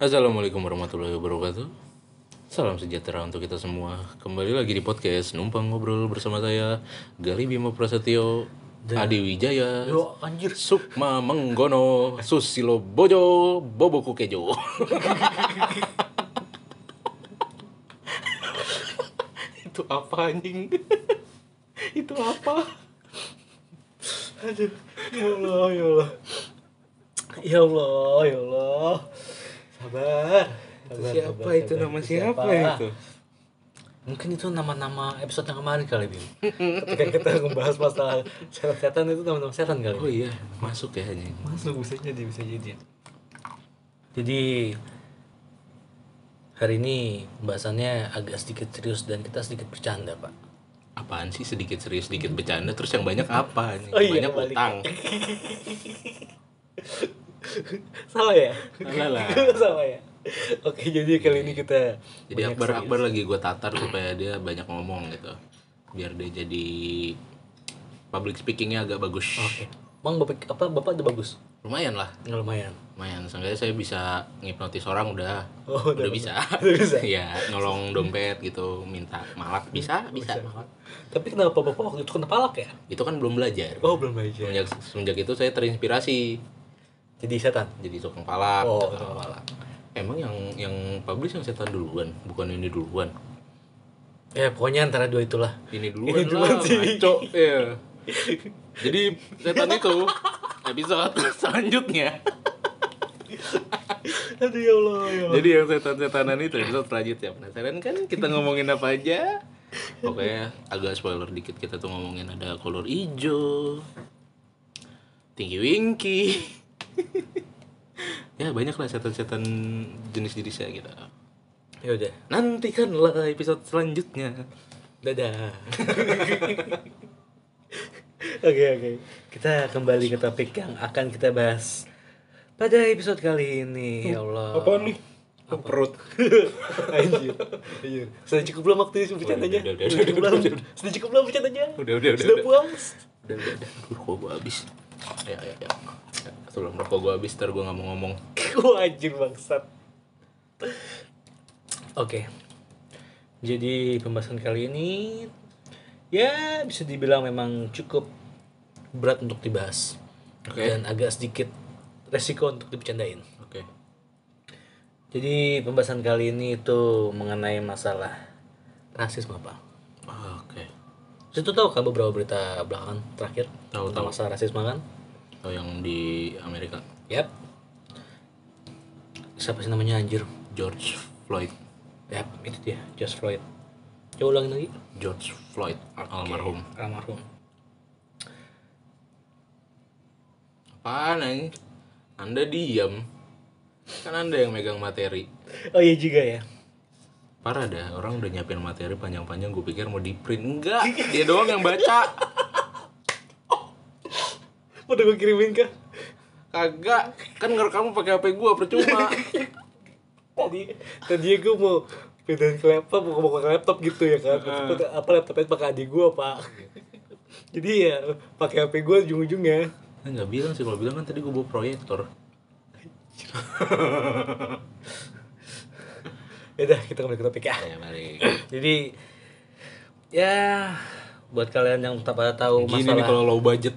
Assalamualaikum warahmatullahi wabarakatuh. Salam sejahtera untuk kita semua. Kembali lagi di podcast Numpang Ngobrol bersama saya Gali Bima Prasetyo, Adi Wijaya, Yo anjir. Sukma Menggono, Susilo Bojo, Bobo Kukejo. Itu apa anjing? Itu apa? Aduh. Ya Allah, ya Allah. Ya Allah, ya Allah. Sabar. Siapa itu? Nama siapa itu? Mungkin itu nama-nama episode yang kemarin kali, Bim. Ketika kita membahas masalah setan itu nama-nama setan kali. Oh iya, masuk ya anjing. Masuk, bisa jadi. Jadi hari ini pembahasannya agak sedikit serius dan kita sedikit bercanda, Pak. Apaan sih sedikit serius sedikit bercanda terus yang banyak apa nih? Oh iya, Banyak balik. utang. Salah ya? Salah lah. Salah ya? Oke, jadi kali ini kita Jadi Akbar lagi gue tatar supaya dia banyak ngomong gitu. Biar dia jadi public speakingnya agak bagus. Oke. Bang, bapak udah bagus. Lumayan lah. Nggak lumayan. Lumayan. Seenggaknya saya bisa ngipnotis orang udah. Oh, udah bisa. Udah bisa. Iya, nolong dompet gitu, minta malak bisa. Tapi kenapa bapak waktu itu kena palak ya? Itu kan belum belajar. Oh, belum aja. Semenjak itu saya terinspirasi Jadi setan. jadi tukang palak. Oh, tukang palak. Emang yang publish yang setan duluan, bukan ini duluan. Ya, pokoknya antara dua itulah. Ini duluan Ini duluan lah, sih. ngaco. Iya. Jadi setan itu episode selanjutnya. Aduh ya Allah, ya Allah. Jadi yang setan-setanan itu episode selanjutnya. Penasaran kan kita ngomongin apa aja? Pokoknya agak spoiler dikit, kita tuh ngomongin ada kolor hijau, Tinky Winky. Ya banyak lah setan-setan jenis-jenisnya gitu. Ya udah. Nantikanlah episode selanjutnya. Dadah. Oke. Kita kembali ke topik yang akan kita bahas pada episode kali ini. Ya Allah. Apa nih? Perut. Anjir. Sudah cukup belum waktu itu bercandanya? Udah. Sudah cukup belum bercandanya? Udah. Sudah puas? Udah. Kok gue habis. Ya. Sebelum rokok gue habis, ntar gue gak mau ngomong. Wah, anjir bangsat. Oke. Jadi pembahasan kali ini ya bisa dibilang memang cukup berat untuk dibahas. Oke. Dan agak sedikit resiko untuk dibicarain. Oke. Jadi pembahasan kali ini itu mengenai masalah rasisme, Pak. Oke. Situ tahu kan beberapa berita belakangan terakhir Tahu. tentang masalah rasisme kan? Oh, yang di Amerika. Yap. Siapa sih namanya anjir? George Floyd. Yap, itu dia, George Floyd. Coba ulangin lagi. George Floyd, almarhum. Almarhum. Apaan nih? Anda diam. Kan Anda yang megang materi. Oh iya juga ya. Parah dah, orang udah nyiapin materi panjang-panjang, gue pikir mau di print. Enggak, dia doang yang baca. Udah gue kirimin kah? Kagak, kan ngerekam pakai HP gue percuma. Tadi gue mau pindahin ke laptop, mau ke laptop gitu ya kan. Apa laptopnya pakai adik gue, Pak. Jadi ya pakai HP gue ujung-ujungnya. Enggak bilang sih, kalau bilang kan tadi gue bawa proyektor. Ya udah, kita kembali ke topik ya. Ya balik. Jadi ya buat kalian yang tak pada tahu Gini masalah nih kalau low budget.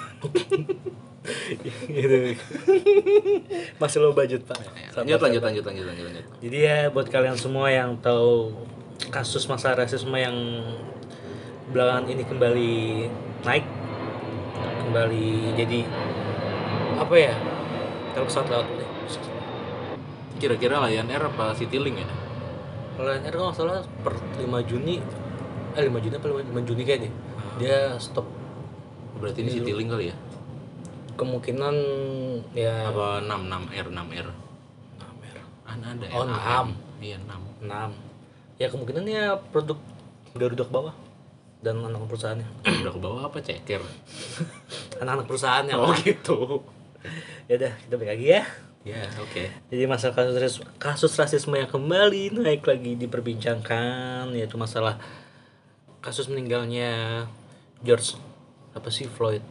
gitu. Masih low budget, Pak. Lanjut. Jadi ya buat kalian semua yang tahu kasus masalah rasisme yang belakangan ini kembali naik, kembali jadi apa ya? Kalau pesawat lewat deh. Kira-kira Lion Air apa Citylink ya? Kalau Lion Air kalau nggak salah per 5 Juni 5 Juni kayaknya dia stop. Berarti ini Citylink kali ya? Kemungkinan ya Apa 6 Air? 6 Air. Ada ya? Oh, 6. Iya 6. 6. Ya kemungkinannya produk Garuda ke bawah dan anak perusahaannya. Udah ke bawah apa ceker? Anak-anak perusahaannya. Oh Pak. gitu. Ya udah, kita balik lagi ya. Ya oke. Jadi masalah kasus rasisme yang kembali naik lagi diperbincangkan, yaitu masalah kasus meninggalnya George Floyd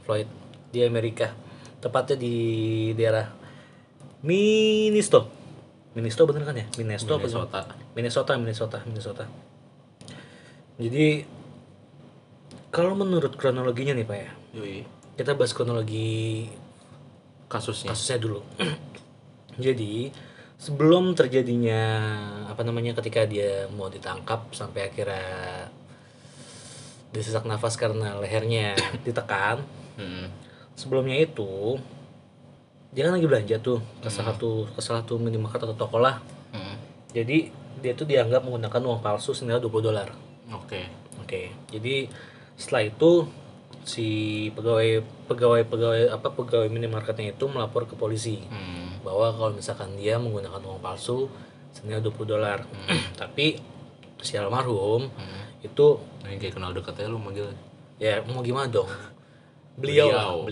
di Amerika, tepatnya di daerah Minnesota. Ministo bener kan ya? Minnesota. Jadi kalau menurut kronologinya nih Pak ya, Yoi. kita bahas kronologi Kasusnya. dulu. Jadi sebelum terjadinya ketika dia mau ditangkap sampai akhirnya dia sesak nafas karena lehernya ditekan. Sebelumnya itu dia kan lagi belanja tuh ke salah satu minimarket atau toko lah. Jadi dia tuh dianggap menggunakan uang palsu senilai $20. Oke. Jadi setelah itu si pegawai minimarketnya itu melapor ke polisi bahwa kalau misalkan dia menggunakan uang palsu senilai $20. Tapi si almarhum itu Nah, kayak kenal dekat ya lu manggil. ya mau gimana dong, beliau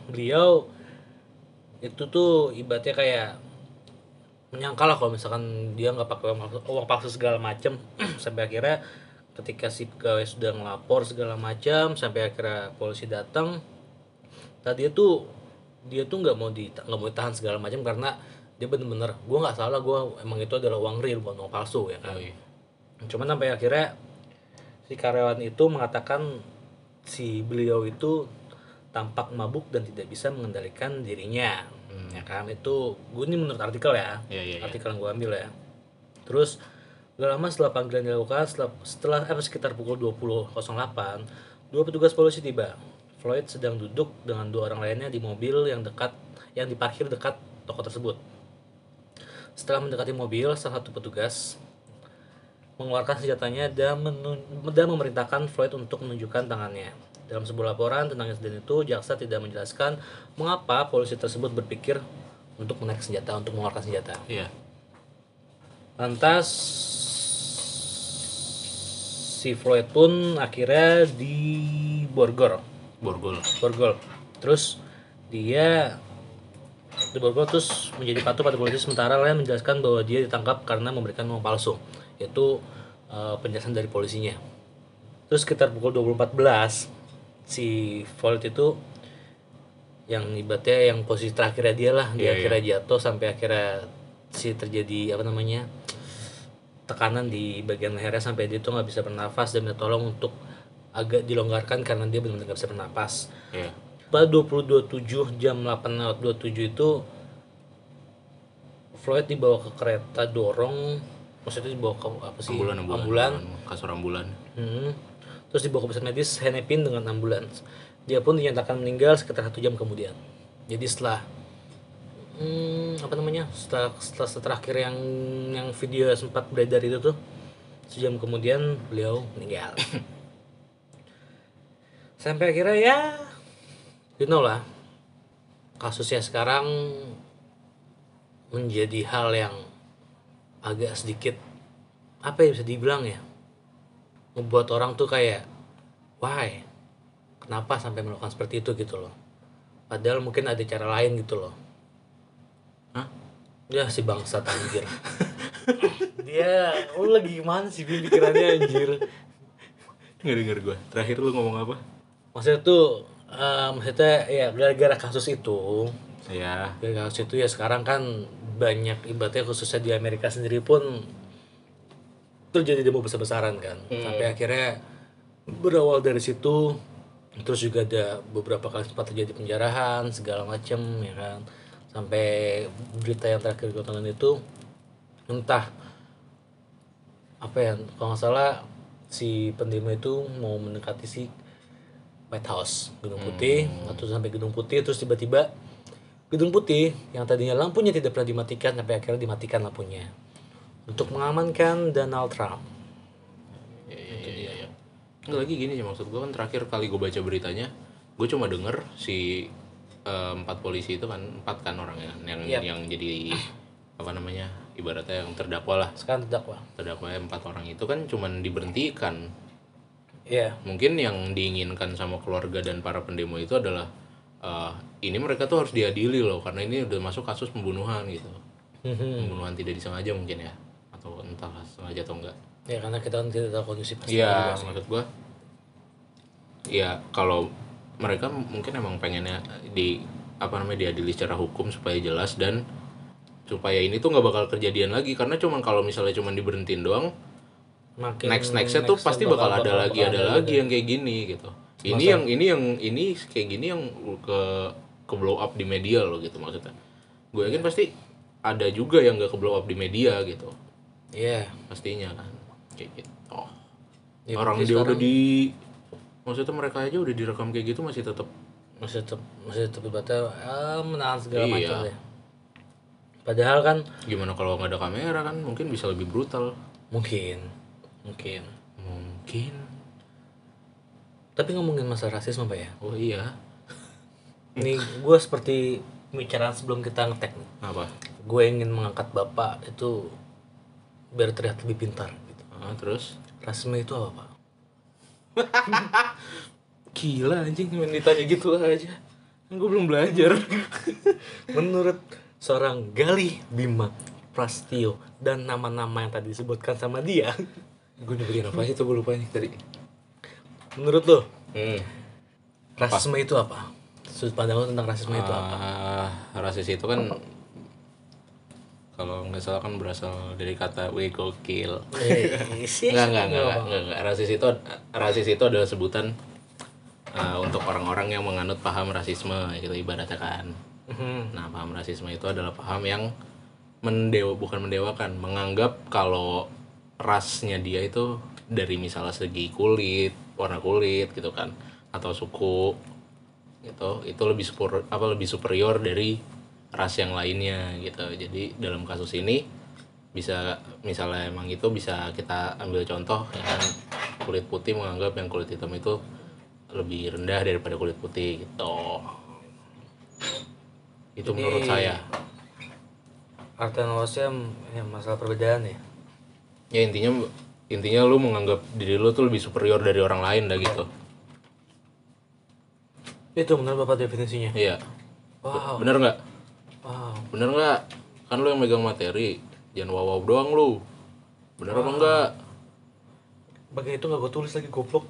itu tuh ibaratnya kayak menyangka lah kalau misalkan dia nggak pakai uang palsu segala macam. Sampai akhirnya ketika si pegawai sudah ngelapor segala macam sampai akhirnya polisi datang, tadi dia tuh nggak mau ditahan segala macam karena dia bener-bener gue nggak salah, gue emang itu adalah uang real bukan uang palsu ya kan. Cuman sampai akhirnya si karyawan itu mengatakan si beliau itu tampak mabuk dan tidak bisa mengendalikan dirinya. Ya kan, itu gue ini menurut artikel ya. Artikel yang gue ambil ya. Terus gak lama setelah panggilan dilakukan, setelah sekitar pukul 20.08, dua petugas polisi tiba. Floyd sedang duduk dengan dua orang lainnya di mobil yang diparkir dekat toko tersebut. Setelah mendekati mobil, salah satu petugas mengeluarkan senjatanya dan memerintahkan Floyd untuk menunjukkan tangannya. Dalam sebuah laporan tentang insiden itu, jaksa tidak menjelaskan mengapa polisi tersebut berpikir untuk menarik senjata, untuk mengeluarkan senjata. Lantas si Floyd pun akhirnya diborgol. Terus dia diborgol terus menjadi patuh pada polisi, sementara lain menjelaskan bahwa dia ditangkap karena memberikan uang palsu. Itu penjelasan dari polisinya. Terus sekitar pukul 20.14 si Floyd itu yang ibaratnya yang posisi terakhirnya dia lah, dia akhirnya jatuh sampai akhirnya terjadi tekanan di bagian lehernya sampai dia tuh nggak bisa bernafas dan minta tolong untuk agak dilonggarkan karena dia benar-benar nggak bisa bernafas. Pada 20.27 jam 8.27 itu Floyd dibawa ke kereta dorong, maksudnya dibawa ke ambulan, kasur ambulan. Terus dibawa ke pusat medis Hennepin dengan ambulans. Dia pun dinyatakan meninggal sekitar 1 jam kemudian. Jadi setelah setelah terakhir yang video sempat beredar itu tuh, 1 jam kemudian beliau meninggal. Sampai akhirnya ya lah, kasusnya sekarang menjadi hal yang agak sedikit bisa dibilang ya, membuat orang tuh kayak why, kenapa sampai melakukan seperti itu gitu loh, padahal mungkin ada cara lain gitu loh. Ya si bangsat anjir. Dia lu lagi gimana sih pikirannya anjir? Nggak denger gue, terakhir lu ngomong apa? Maksudnya ya gara-gara kasus itu ya sekarang kan banyak ibaratnya khususnya di Amerika sendiri pun terjadi demo besar-besaran kan. Sampai akhirnya berawal dari situ, terus juga ada beberapa kali sempat terjadi penjarahan segala macam ya kan. Sampai berita yang terakhir gue tonton itu entah kalau nggak salah si pendemo itu mau mendekati si White House, Gedung Putih, atau sampai Gedung Putih, terus tiba-tiba Gedung Putih yang tadinya lampunya tidak pernah dimatikan sampai akhirnya dimatikan lampunya untuk mengamankan Donald Trump. Nggak lagi gini sih, maksud gue kan terakhir kali gue baca beritanya, gue cuma denger si 4 polisi itu kan 4 kan orangnya yang jadi ibaratnya yang terdakwa lah. Sekarang terdakwa 4 orang itu kan cuma diberhentikan. Mungkin yang diinginkan sama keluarga dan para pendemo itu adalah ini mereka tuh harus diadili loh, karena ini udah masuk kasus pembunuhan gitu. Pembunuhan tidak disengaja mungkin ya, atau entah sengaja atau enggak ya, karena kita kan tidak tahu kondisi pasti. Iya, maksud gua ya kalau mereka mungkin emang pengennya diadili secara hukum supaya jelas dan supaya ini tuh nggak bakal kejadian lagi, karena cuman kalau misalnya cuman diberhentiin doang, Makin nextnya tuh pasti bakal ada lagi yang kayak gini gitu. Ini kayak gini yang ke blow up di media loh gitu maksudnya. Gue yakin pasti ada juga yang gak ke blow up di media gitu. Iya. Pastinya kan kayak gitu. Ya, Orang dia udah di, maksudnya mereka aja udah direkam kayak gitu masih tetap ibaratnya menahan segala Iya. macam ya. Padahal kan gimana kalau nggak ada kamera kan mungkin bisa lebih brutal. mungkin. Tapi ngomongin masalah rasisme Pak ya. Oh iya. Ini gue seperti pembicaraan sebelum kita ngetek nih. Apa? Gue ingin mengangkat Bapak itu biar terlihat lebih pintar gitu. Terus? Rasisme itu apa Pak? Gila anjing ditanya gitu aja. Gue belum belajar. Menurut seorang Galih Bima Prastio dan nama-nama yang tadi disebutkan sama dia, Gue nyebutin apa sih tuh, gue lupa nih tadi. menurut lo rasisme itu apa? Sudut pandang lo tentang rasisme itu apa? Rasis itu kan kalau nggak salah kan berasal dari kata we gokil. Enggak. Rasis itu adalah sebutan untuk orang-orang yang menganut paham rasisme gitu ibaratnya kan. Nah, paham rasisme itu adalah paham yang bukan mendewakan, menganggap kalau rasnya dia itu dari misalnya segi kulit, warna kulit gitu kan, atau suku gitu, itu lebih superior dari ras yang lainnya gitu. Jadi dalam kasus ini bisa misalnya emang itu bisa kita ambil contoh ya kan, kulit putih menganggap yang kulit hitam itu lebih rendah daripada kulit putih gitu. Itu Jadi, menurut saya. artian luasnya ya masalah perbedaan ya. Ya intinya lu menganggap diri lu tuh lebih superior dari orang lain dah gitu. Itu menurut Bapak definisinya. Iya. Wow. Bener nggak? Wow. Bener nggak? Kan lu yang megang materi, jangan wow doang lu. Bener apa enggak? Bagian itu nggak gue tulis lagi goblok.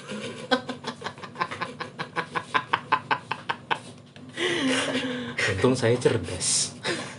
Untung saya cerdas.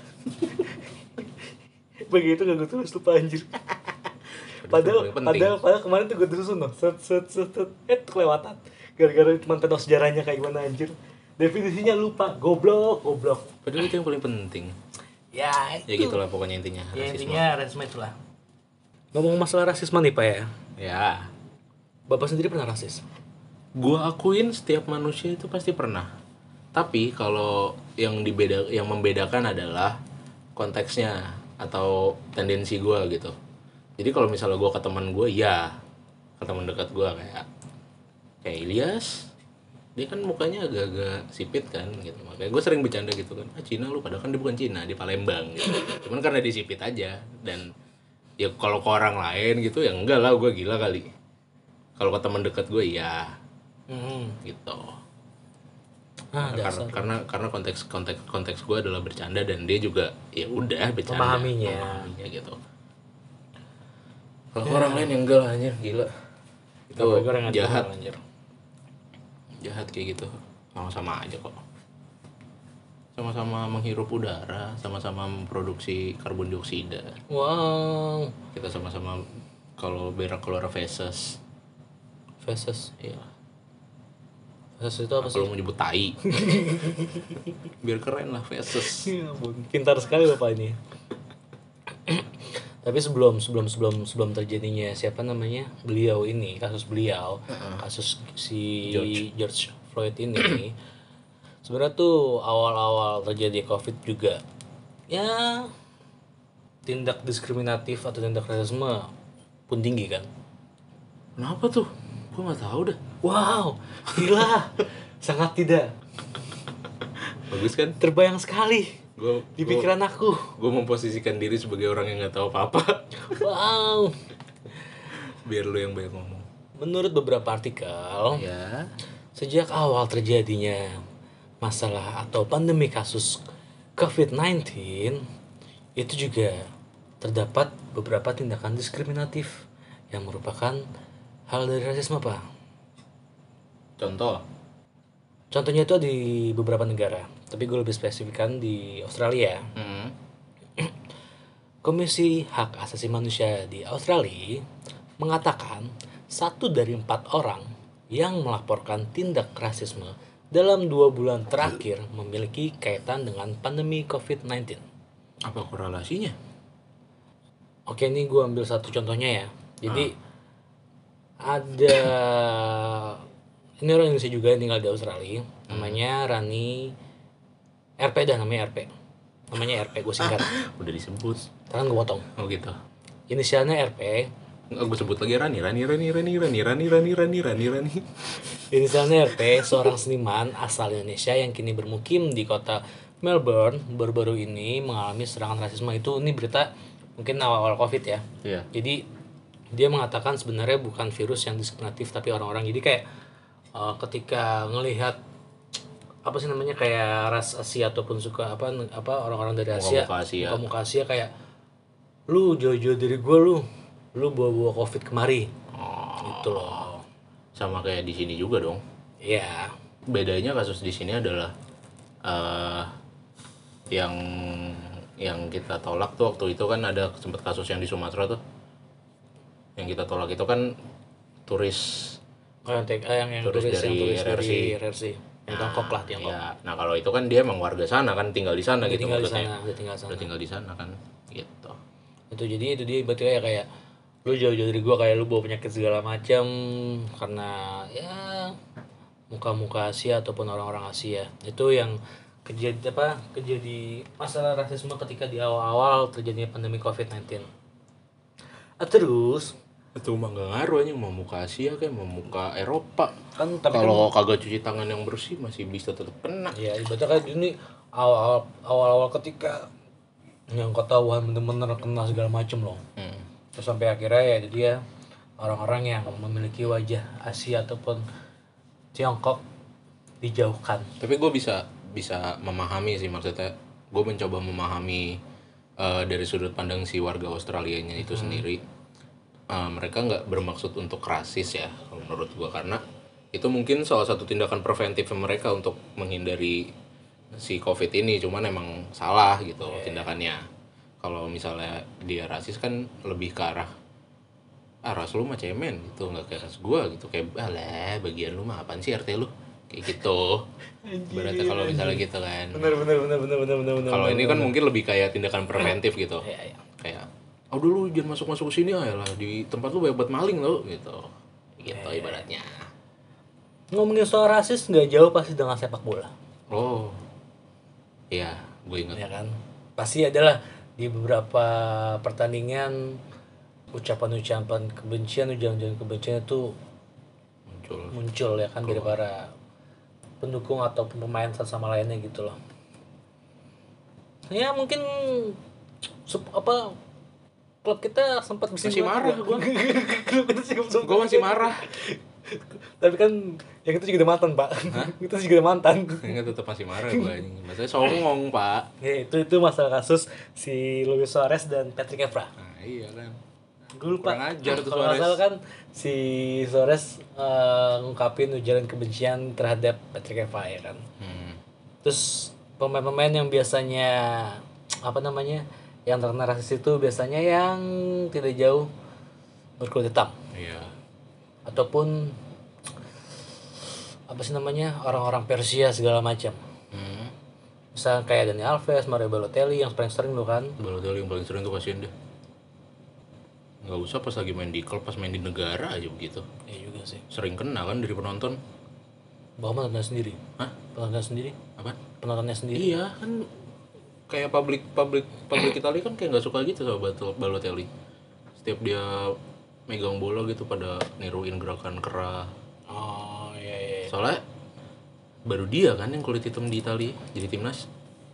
Bagian itu nggak gue tulis lupa anjir. Padahal kemarin tuh gue terusin loh, set kelewatan. Gara-gara cuma tahu sejarahnya kayak gimana anjir. Definisinya lupa, goblok. Padahal itu yang paling penting. Ya Ya gitulah pokoknya intinya. Ya rasisme. intinya rasisme itulah. Ngomong masalah rasisme nih Pak ya. Ya. Bapak sendiri pernah rasis? Gua akuin setiap manusia itu pasti pernah. Tapi kalau yang membedakan adalah konteksnya atau tendensi gua gitu. Jadi kalau misalnya gua ke teman gua, ya ke teman dekat gua kayak Ilyas, dia kan mukanya agak-agak sipit kan gitu, makanya gue sering bercanda gitu kan, Cina lu, padahal kan dia bukan Cina, di Palembang gitu. Cuman karena dia sipit aja. Dan ya kalau ke orang lain gitu ya enggak lah, gue gila kali. Kalau ke teman dekat gue ya gitu. Karena konteks gue adalah bercanda dan dia juga ya udah bercanda, memahaminya gitu. Kalau orang lain yang enggak lah, anjir gila. Itu jahat kayak gitu. Sama-sama aja kok. Sama-sama menghirup udara, sama-sama memproduksi karbon dioksida. Wow. Kita sama-sama kalau berak keluar feses. Iya. Feses itu apa sih? Kalau mau nyebut tai. Biar keren lah feses. Pintar sekali Bapak ini. Tapi sebelum terjadinya siapa namanya beliau ini, kasus si George Floyd ini, sebenarnya tuh awal terjadi COVID juga ya, tindak diskriminatif atau tindak rasisme pun tinggi kan. Kenapa tuh? Gue nggak tahu dah. Wow, gila. Sangat tidak. Bagus kan? Terbayang sekali di pikiran aku. Gue memposisikan diri sebagai orang yang nggak tahu apa-apa. Wow. Biar lu yang banyak ngomong. Menurut beberapa artikel, ya, sejak awal terjadinya masalah atau pandemi kasus COVID-19, itu juga terdapat beberapa tindakan diskriminatif yang merupakan hal dari rasisme, Pak. Contohnya itu di beberapa negara, tapi gue lebih spesifikkan di Australia. Komisi Hak Asasi Manusia di Australia mengatakan 1 dari 4 orang yang melaporkan tindak rasisme dalam 2 bulan terakhir memiliki kaitan dengan pandemi COVID-19. Apa korelasinya? Oke, ini gue ambil satu contohnya ya. Jadi ada ini orang Indonesia juga yang tinggal di Australia, namanya Rani RP namanya RP gue singkat. Udah disebut. Sekarang gue potong. Oh gitu. Inisialnya RP. Nggak, gue sebut lagi Rani. Inisialnya RP, seorang seniman asal Indonesia yang kini bermukim di kota Melbourne, baru-baru ini mengalami serangan rasisme. Itu ini berita mungkin awal-awal COVID ya. Iya. Jadi dia mengatakan sebenarnya bukan virus yang diskriminatif tapi orang-orang. Jadi kayak ketika ngelihat apa sih namanya kayak ras Asia ataupun suka apa orang-orang dari Asia, muka-muka Asia kayak lu jauh-jauh dari gue, lu bawa COVID kemari. Gitu loh. Sama kayak di sini juga dong. Iya. Bedanya kasus di sini adalah yang kita tolak tuh waktu itu kan ada sempat kasus yang di Sumatera tuh. Yang kita tolak itu kan turis yang turis dari RRC. Yang Tiongkok lah, Tiongkok. Ya. Nah, kalau itu kan dia emang warga sana kan, tinggal di sana gitu maksudnya. Udah tinggal di sana kan gitu. Itu jadi itu dia berarti kayak lu jauh-jauh dari gua, kayak lu bawa penyakit segala macam karena ya muka-muka Asia ataupun orang-orang Asia. Itu yang kejadi masalah rasisme ketika di awal-awal terjadinya pandemi COVID-19. Terus itu mah nggak ngaruh aja mau muka Asia kayak mau muka Eropa kan, tapi kalau kagak cuci tangan yang bersih masih bisa tetap kena. Ya ibaratnya kayak gini awal-awal ketika yang ketahuan bener-bener kena segala macem loh. Terus sampai akhirnya ya jadi ya orang-orang yang memiliki wajah Asia ataupun Tiongkok dijauhkan. Tapi gue bisa memahami sih, maksudnya gue mencoba memahami dari sudut pandang si warga Australianya itu sendiri. Mereka nggak bermaksud untuk rasis ya kalau menurut gue, karena itu mungkin salah satu tindakan preventif mereka untuk menghindari si COVID ini, cuman emang salah gitu tindakannya. Kalau misalnya dia rasis kan lebih ke arah ras lu mah cemen gitu, nggak kayak ras gue gitu, kayak alah bagian lu mah apaan sih RT lu kayak gitu. Berarti kalau misalnya gitu kan. Bener. Kalau ini kan mungkin lebih kayak tindakan preventif gitu. Iya. Kayak udah lu jangan masuk ke sini aja lah, di tempat lu banyak banget maling lo gitu. Gitu ibaratnya. Ngomongin soal rasis nggak jauh pasti dengan sepak bola. Oh. Iya, gue ingat. Ya kan? Pasti adalah di beberapa pertandingan ucapan-ucapan kebencian, ujaran-ujaran kebencian itu muncul ya kan dari para pendukung atau pemain satu sama lainnya gitu loh. Ya mungkin klub kita sempat masih marah gue. Gue masih marah. Tapi kan yang itu juga udah mantan, Pak. Itu juga udah mantan. Enggak, tetap masih marah gue anjing. Maksudnya songong, Pak. Ya, itu masalah kasus si Luis Suarez dan Patrick Evra. Nah, iya kan. Gue lupa. Kurang ajar tuh Kalau Suarez. masalah kan si Suarez ngungkapin ujaran kebencian terhadap Patrick Evra ya kan. Terus pemain-pemain yang biasanya yang terkena rasis itu biasanya yang tidak jauh berkulit hitam. Iya. Ataupun orang-orang Persia segala macam. Misalnya kayak Dani Alves, Mario Balotelli yang paling sering lo kan. Balotelli yang paling sering tuh kasihan deh. Nggak usah pas lagi main di klub, pas main di negara aja begitu. Iya juga sih. Sering kena kan dari penonton. Bahkan penontonnya sendiri. Hah? Penontonnya sendiri? Apa? Penontonnya sendiri. Iya kan, kayak publik Italia kan kayak nggak suka gitu sama Balotelli. Setiap dia megang bola gitu pada niruin gerakan kera. Oh iya. Soalnya baru dia kan yang kulit hitam di Italia jadi timnas.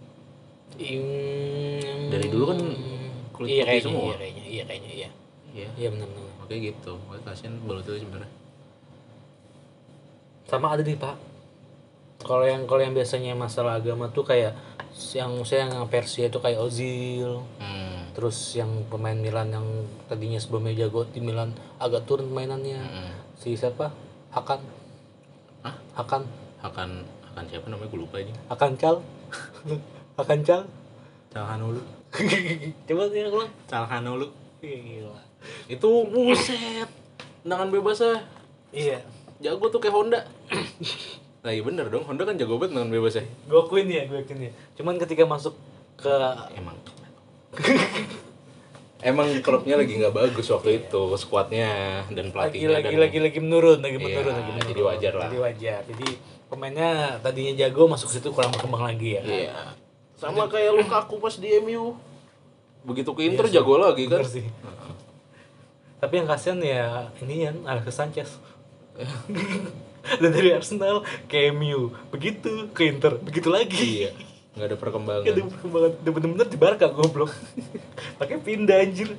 Dari dulu kan kulit putih semua. Iya kayaknya. Iya benar. Makanya gitu. Makanya kasihan Balotelli sebenarnya. Sama ada nih Pak. Kalau yang biasanya masalah agama tuh kayak yang Persia itu kayak Ozil. Terus yang pemain Milan yang tadinya sebelumnya jago di Milan agak turun mainannya. Si siapa? Hakan siapa namanya gue lupa ini. Hakan Cal. Calhanoglu. Coba yang ulang. Calhanoglu. Gila. Itu buset. Tendangan bebasnya Iya. jago tuh kayak Honda. Nah iya bener dong, Honda kan jago banget tendangan bebasnya. Gue akuin ya. Cuman ketika masuk ke Emang klubnya lagi nggak bagus waktu itu, skuadnya dan pelatihnya lagi menurun. Jadi wajar lah. Jadi pemainnya tadinya jago masuk situ kurang berkembang lagi ya. Iya. Sama kayak Lukaku pas di MU. Begitu ke Inter jago lagi kan. Bener sih. Tapi yang kasihan ya ini kan Alexis Sanchez. Dan dari Arsenal ke MU, begitu ke Inter, begitu lagi. Iya. Nggak ada perkembangan. Gak ada perkembangan. Udah bener-bener di Barca goblok. Pakai pindah anjir.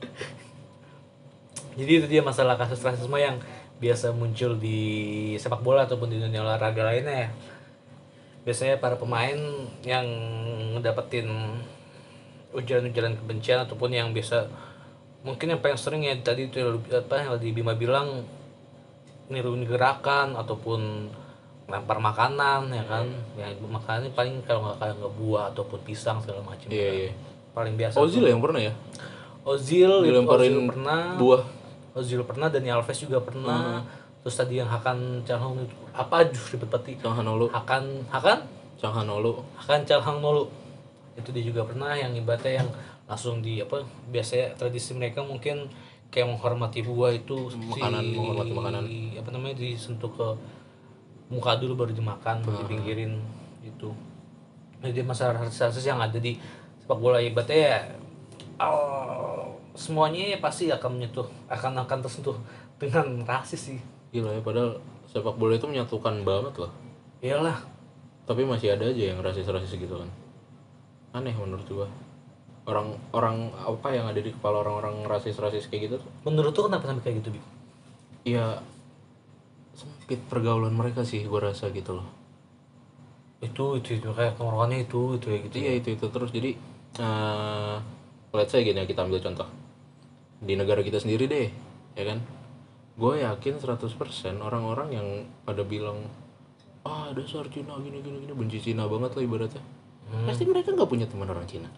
Jadi itu dia masalah kasus rasisme yang biasa muncul di sepak bola ataupun di dunia olahraga lainnya ya. Biasanya para pemain yang ngedapetin ujaran-ujaran kebencian ataupun yang biasa mungkin yang paling sering ya tadi itu yang di Bima bilang niruin gerakan ataupun lempar makanan ya kan, yang makanannya paling kalau nggak kayak buah ataupun pisang segala macam. Iya. Paling biasa Ozil yang pernah ya? Ozil pernah buah. Ozil pernah, Dani Alves juga pernah. Terus tadi yang Hakan Calhanoglu apa ribet banget. Hakan Calhanoglu itu dia juga pernah, yang ibaratnya yang langsung di biasanya tradisi mereka mungkin kayak menghormati buah itu menghormati makanan disentuh ke muka dulu baru dimakan, baru dipinggirin itu. Jadi masalah rasis yang ada di sepak bola ibaratnya ya semuanya ya pasti akan tersentuh dengan rasis sih. Gila ya, padahal sepak bola itu menyatukan banget loh. Iyalah. Tapi masih ada aja yang rasis-rasis gitu kan. Aneh menurut gua. Orang apa yang ada di kepala orang-orang rasis-rasis kayak gitu tuh. Menurut tuh kenapa sampai kayak gitu, Bi? Ya sempit pergaulan mereka sih gua rasa gitu loh. Itu kayak kemarahannya itu ya gitu. Iya itu terus jadi let's say gini ya, kita ambil contoh di negara kita sendiri deh ya kan. Gue yakin 100% orang-orang yang pada bilang dasar Cina gini benci Cina banget lah ibaratnya. Pasti mereka nggak punya teman orang Cina.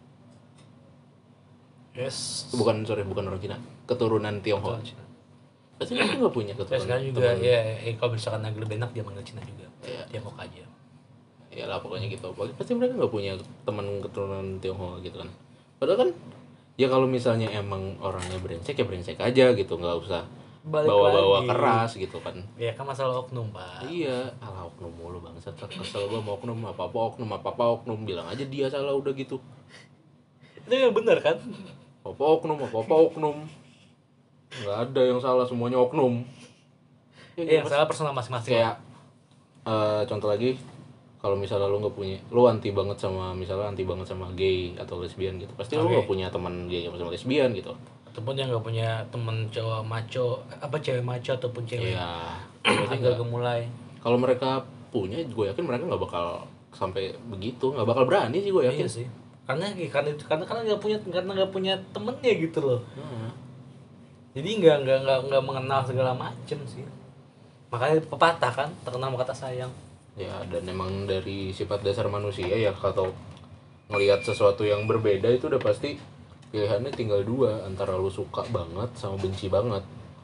Yes. Bukan orang Cina, keturunan Tionghoa. Pasti mereka nggak punya keturunan. Sekarang juga ya kalau misalkan agak lebih enak dia manggil Cina juga. Tionghoa aja. Ya lah pokoknya gitu. Pasti mereka nggak punya teman keturunan Tionghoa gitu kan. Padahal kan ya kalau misalnya emang orangnya brengsek ya brengsek aja gitu, nggak usah bawa-bawa keras gitu kan. Ya kan masalah oknum, Pak. Iya, ala oknum mulu bangsat. Kesel gua mau oknum apa-apa oknum, bilang aja dia salah udah gitu. Itu yang benar kan? Apa-apa oknum. Enggak ada yang salah, semuanya oknum. Ya, yang salah personal masing-masing. Kayak contoh lagi, kalau misalnya lu anti banget sama gay atau lesbian gitu, pasti lu nggak punya teman gay sama lesbian gitu. Ataupun yang nggak punya temen cowok maco, cewek maco ataupun cewek agak gemulai. Kalau mereka punya, gue yakin mereka nggak bakal sampai begitu, nggak bakal berani sih gue yakin. Iya sih. Karena nggak punya temennya gitu loh. Jadi nggak mengenal segala macem sih. Makanya pepatah kan terkenal kata sayang. Ya, dan emang dari sifat dasar manusia ya, kalau ngelihat sesuatu yang berbeda itu udah pasti pilihannya tinggal dua, antara lu suka banget sama benci banget.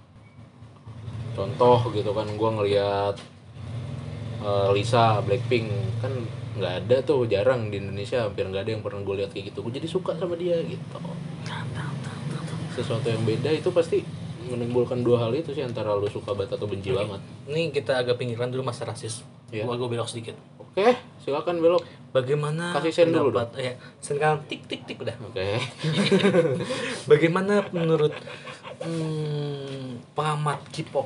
Contoh gitu kan, gue ngelihat Lisa Blackpink kan nggak ada tuh, jarang di Indonesia, hampir nggak ada yang pernah gue lihat kayak gitu. Gue jadi suka sama dia gitu. Sesuatu yang beda itu pasti menimbulkan dua hal itu sih, antara lu suka banget atau benci banget. Ini kita agak pinggiran dulu masa rasis. Ya. Gue belok sedikit. Oke, silakan belok. Bagaimana kasih sen dulu dong. Ya, sen kan tik udah. Oke. Bagaimana menurut pengamat K-pop?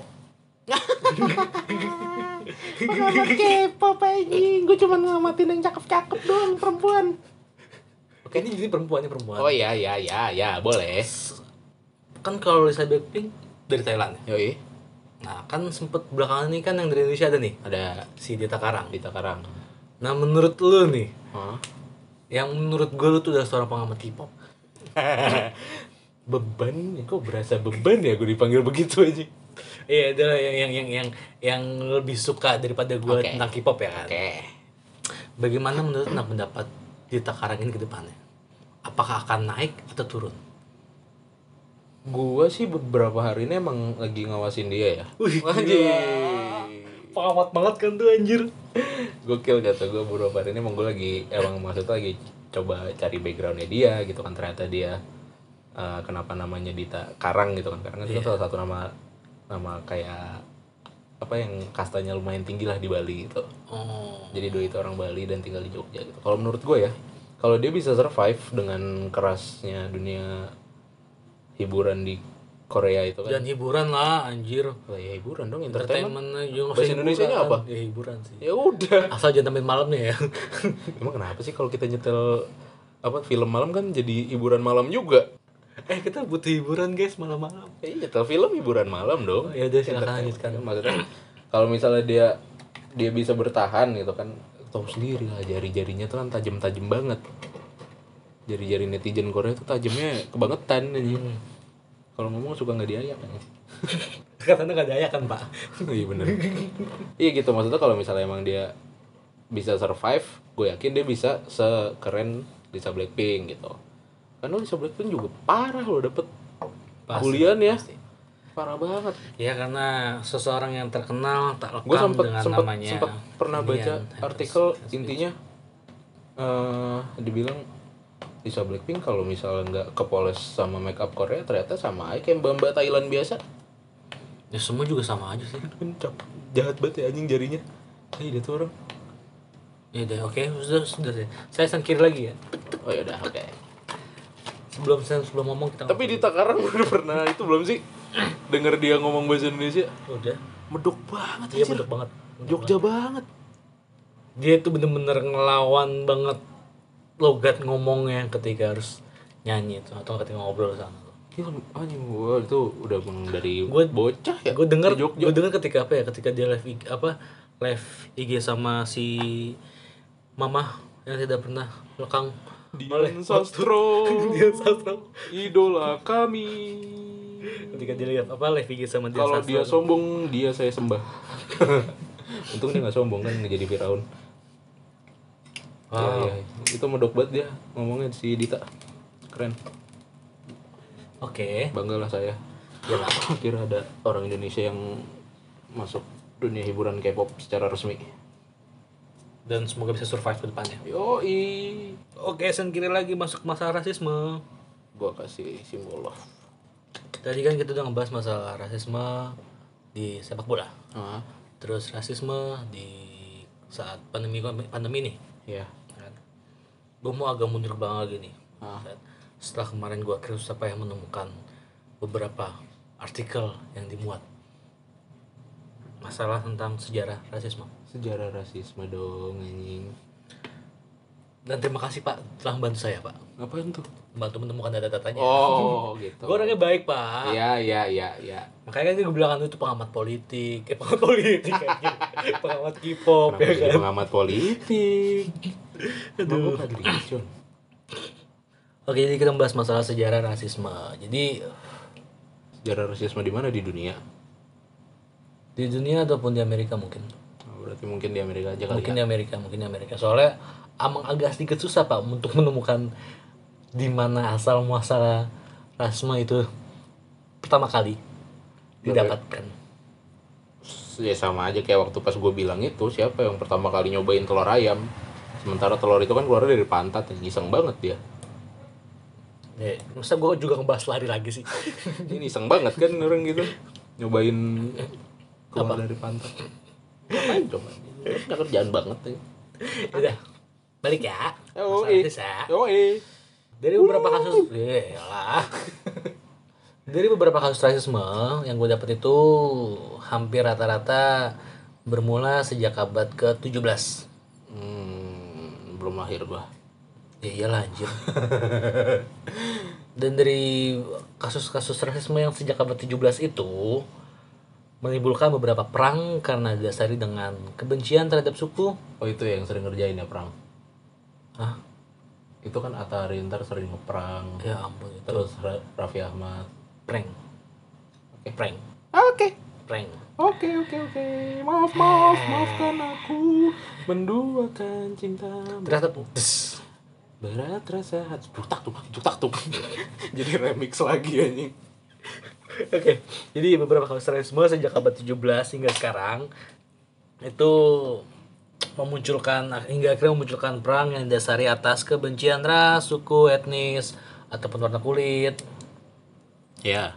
Pengamat K-pop anjing, gue cuma ngamatin yang cakep-cakep doang, perempuan. Oke, ini jadi perempuan. Oh iya, boleh. Kan kalau Lisa Blackpink dari Thailand ya? Yoi. Nah kan sempet belakangan ini kan yang dari Indonesia ada nih. Ada si Dita Karang. Nah menurut lu nih, yang menurut gue lu tuh udah seorang pengamat K-pop. Beban, kok berasa beban ya gue dipanggil begitu aja. Iya, adalah yang lebih suka daripada gue tentang K-pop ya kan. Oke. Bagaimana menurut pendapat Dita Karang ini ke depannya? apakah akan naik atau turun? Gua sih beberapa hari ini emang lagi ngawasin dia ya. Wih, Anjir. pengamat banget kan tuh anjir. Gokil kata gue beberapa hari ini emang gue lagi emang maksudnya lagi coba cari backgroundnya dia gitu kan, ternyata dia kenapa namanya Dita Karang gitu kan, karena itu kan salah satu nama kayak apa yang kastanya lumayan tinggi lah di Bali gitu. Jadi doi itu orang Bali dan tinggal di Jogja gitu. Kalau menurut gue ya, kalau dia bisa survive dengan kerasnya dunia hiburan di Korea itu kan. Dan hiburan lah anjir. Oh ya hiburan dong, entertainment. Entertainment Bahasa Indonesianya apa? Ya hiburan sih. Ya udah. Asal jangan tampil malam nih ya. Emang kenapa sih kalau kita nyetel apa film malam kan jadi hiburan malam juga? Kita butuh hiburan guys malam-malam. Nyetel film hiburan malam dong. Ya udah silakan lanjutkan. Maksudnya kalau misalnya dia bisa bertahan gitu kan, tahu sendiri lah jari-jarinya tuh kan tajam-tajam banget. Jari-jari netizen Korea tuh tajamnya kebangetan aja. Kalau ngomong suka nggak diayak kan? Katanya nggak daya kan pak? Iya bener. Iya gitu, maksudnya kalau misalnya emang dia bisa survive, gue yakin dia bisa sekeren Lisa Blackpink gitu. Karena Lisa Blackpink juga parah loh dapet bulian ya. Pasti. Parah banget. Ya karena seseorang yang terkenal tak Gue lekang dengan namanya. sempat pernah baca artikel intinya dibilang Lisa Blackpink kalau misalnya nggak kepoles sama make up Korea ternyata sama aja kayak mbak Thailand biasa. Ya semua juga sama aja sih. Jahat banget ya anjing jarinya. Dia tuh orang. Ya udah oke, sudah deh. Saya sangkir lagi ya. Oh ya udah oke. Sebelum ngomong kita. Tapi di Takarang udah pernah itu belum sih? Denger dia ngomong bahasa Indonesia. Udah. Medok banget. Iya medok banget. Jogja banget. Dia tuh bener-bener ngelawan banget logat ngomongnya ketika harus nyanyi itu atau ketika ngobrol sama lo. Iya anjing gua itu udah dari bocah ya. Gue denger ketika apa ya? Ketika dia live IG sama si Mama yang tidak pernah lekang. Dian Sastro. Idola kami. Ketika dia live IG sama dia. Kalau dia sombong, dia saya sembah. Untung dia nggak sombong kan jadi Firaun. Wow. Ya, itu medok banget dia ngomongnya si Dita. Keren. Oke. Banggalah saya. Ya lah. Kira ada orang Indonesia yang masuk dunia hiburan K-pop secara resmi. Dan semoga bisa survive ke depannya. Yoi. Oke, kiri lagi masuk masalah rasisme. Gua kasih simbol love. Tadi kan kita udah ngebahas masalah rasisme di sepak bola. Terus rasisme di saat pandemi nih. Iya. Gue mau agak mundur banget lagi nih. Setelah kemarin gue akhirnya susah payah menemukan beberapa artikel yang dimuat masalah tentang sejarah rasisme. Sejarah rasisme dong anjing. Dan terima kasih Pak telah membantu saya Pak. Ngapain tuh? Membantu menemukan data-datanya. Oh gitu. Gue orangnya baik Pak. Iya. Makanya kan gue bilang kan itu pengamat politik. Pengamat K-pop Kenapa ya jadi kan. pengamat politik? Aduh. Oke, jadi kita membahas masalah sejarah rasisme. Jadi sejarah rasisme di mana di dunia? di dunia ataupun di Amerika mungkin. Berarti mungkin di Amerika aja kali Mungkin ya. di Amerika. Soalnya emang agak sedikit susah Pak untuk menemukan di mana asal muasal rasisme itu pertama kali didapatkan. Ya sama aja kayak waktu pas gue bilang itu, siapa yang pertama kali nyobain telur ayam? Sementara telur itu kan keluar dari pantat, iseng banget dia. Ya, masa gue juga ngebahas lari lagi sih. Ini iseng banget kan orang gitu nyobain keluar dari pantat. Ngapain coba? Nggak kerjaan banget ya. Udah balik ya. Yoi. Dari beberapa kasus, dari beberapa kasus rasisme yang gue dapet itu hampir rata-rata bermula sejak abad ke-17. Belum lahir gua. Ya iyalah anjir. Dan dari kasus-kasus rasisme yang sejak abad 17 itu menimbulkan beberapa perang karena didasari dengan kebencian terhadap suku. Oh itu yang sering ngerjain ya perang. Hah? Itu kan Atta Halilintar sering ngeperang. Ya ampun itu. Terus Raffi Ahmad. Prank. Prank. Oke. Prank. Oke. Maafkan aku menduakan cinta. Ternyata Berat rasa hati. Tuk. Jadi remix lagi anjing. Oke, jadi beberapa kapitalisme sejak abad 17 hingga sekarang itu hingga akhirnya memunculkan perang yang didasari atas kebencian ras, suku, etnis, ataupun warna kulit. Ya.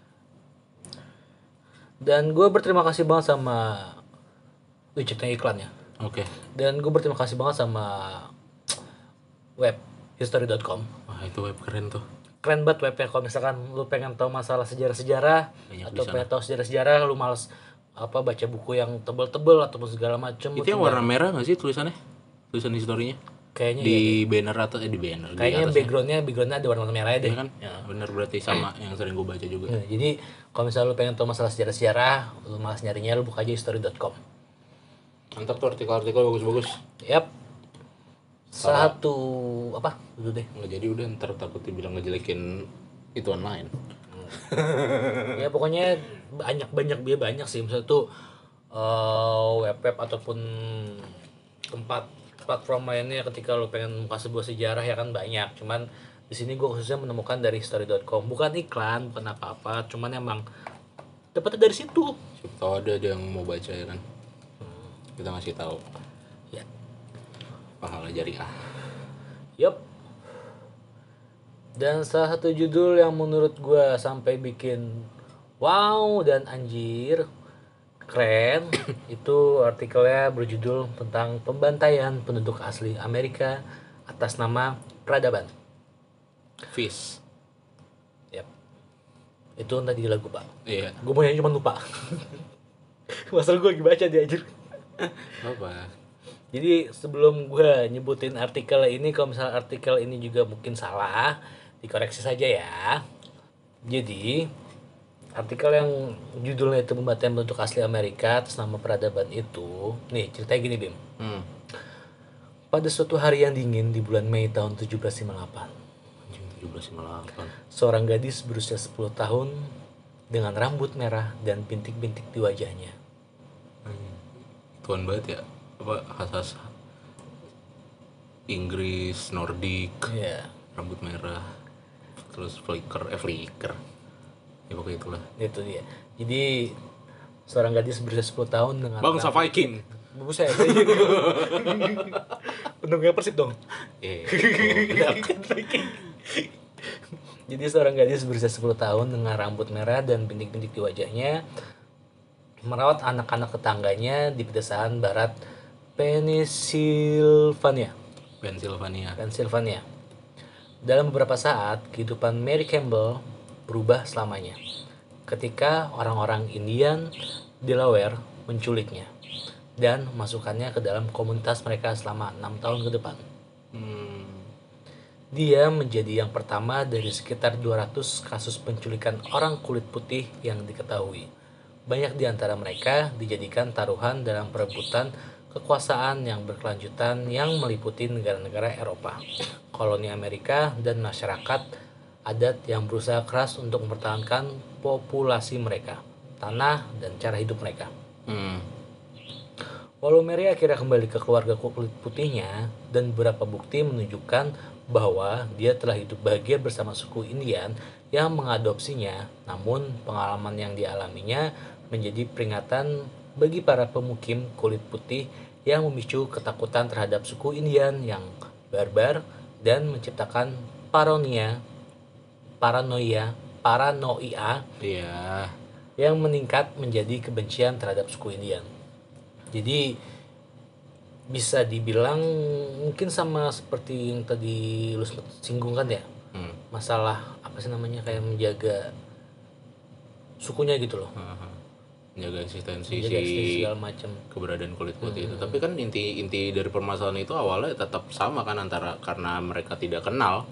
Dan gue berterima kasih banget sama ceknya iklannya. Oke. Dan gue berterima kasih banget sama web history.com. Wah, itu web keren tuh. Keren banget webnya. Kalau misalkan lu pengen tahu masalah sejarah-sejarah Banyak atau di sana. pengen tahu sejarah-sejarah, lu males baca buku yang tebel-tebel ataupun segala macam. Itu yang warna merah nggak sih tulisannya? Tulisan historinya? Kayaknya Di banner atau di banner di kayaknya atasnya. backgroundnya ada warna merah deh. Iya kan? Ya. Bener berarti sama yang sering gue baca juga. Nah, jadi kalau misalnya lu pengen tahu masalah sejarah-sejarah, lu malas nyarinya, lu buka aja history.com. Mantap tuh artikel-artikel bagus-bagus. Yap. Satu apa? Dulu deh. Nggak jadi udah ntar takut dibilang ngejelekin itu online. Ya pokoknya banyak sih, misalnya tuh web ataupun tempat platform lainnya ketika lu pengen buka sebuah sejarah ya kan banyak. Cuman di sini gue khususnya menemukan dari history.com, bukan iklan, bukan apa-apa, cuman emang dapetnya dari situ. Siapa tahu ada yang mau baca ya kan. Kita ngasih tahu. Ya. Pahala jariah. Yup. Dan salah satu judul yang menurut gue sampai bikin wow dan anjir keren itu artikelnya berjudul tentang pembantaian penduduk asli Amerika atas nama peradaban. Fish. Yap. Itu tadi di lagu Pak. Iya. Gue mau nyanyi cuma lupa. Masalah gue lagi baca dia anjir. Apa? Jadi sebelum gue nyebutin artikel ini, kalau misalnya artikel ini juga mungkin salah, dikoreksi saja ya. Jadi artikel yang judulnya itu pembantaian penduduk asli Amerika atas nama peradaban itu, nih ceritanya gini Bim. Pada suatu hari yang dingin di bulan Mei tahun 1758, Anjing 1758. seorang gadis berusia 10 tahun dengan rambut merah dan bintik-bintik di wajahnya. Tuan banget ya. Apa khas Inggris, Nordik, Iya, rambut merah, terus flicker. Ya pokoknya itulah. itu dia. Jadi seorang gadis berusia 10 tahun dengan Bangsa Viking. Buset. Pendukungnya Persib dong. Jadi seorang gadis berusia 10 tahun dengan rambut merah dan bintik-bintik di wajahnya merawat anak-anak tetangganya di pedesaan barat Pennsylvania. Dalam beberapa saat, kehidupan Mary Campbell berubah selamanya ketika orang-orang Indian Delaware menculiknya dan memasukkannya ke dalam komunitas mereka selama 6 tahun ke depan. Dia menjadi yang pertama dari sekitar 200 kasus penculikan orang kulit putih yang diketahui. Banyak di antara mereka dijadikan taruhan dalam perebutan kekuasaan yang berkelanjutan yang meliputi negara-negara Eropa, koloni Amerika, dan masyarakat adat yang berusaha keras untuk mempertahankan populasi mereka, tanah, dan cara hidup mereka. Walau Mary akhirnya kembali ke keluarga kulit putihnya dan beberapa bukti menunjukkan bahwa dia telah hidup bahagia bersama suku Indian yang mengadopsinya, namun pengalaman yang dialaminya menjadi peringatan bagi para pemukim kulit putih yang memicu ketakutan terhadap suku Indian yang barbar dan menciptakan paranoia Iya. yang meningkat menjadi kebencian terhadap suku Indian. Jadi bisa dibilang mungkin sama seperti yang tadi lu singgung kan ya, masalah apa sih namanya, kayak menjaga sukunya gitu loh, Menjaga eksistensi segala macam. keberadaan kulit putih itu. Tapi kan inti dari permasalahan itu awalnya tetap sama kan, antara karena mereka tidak kenal.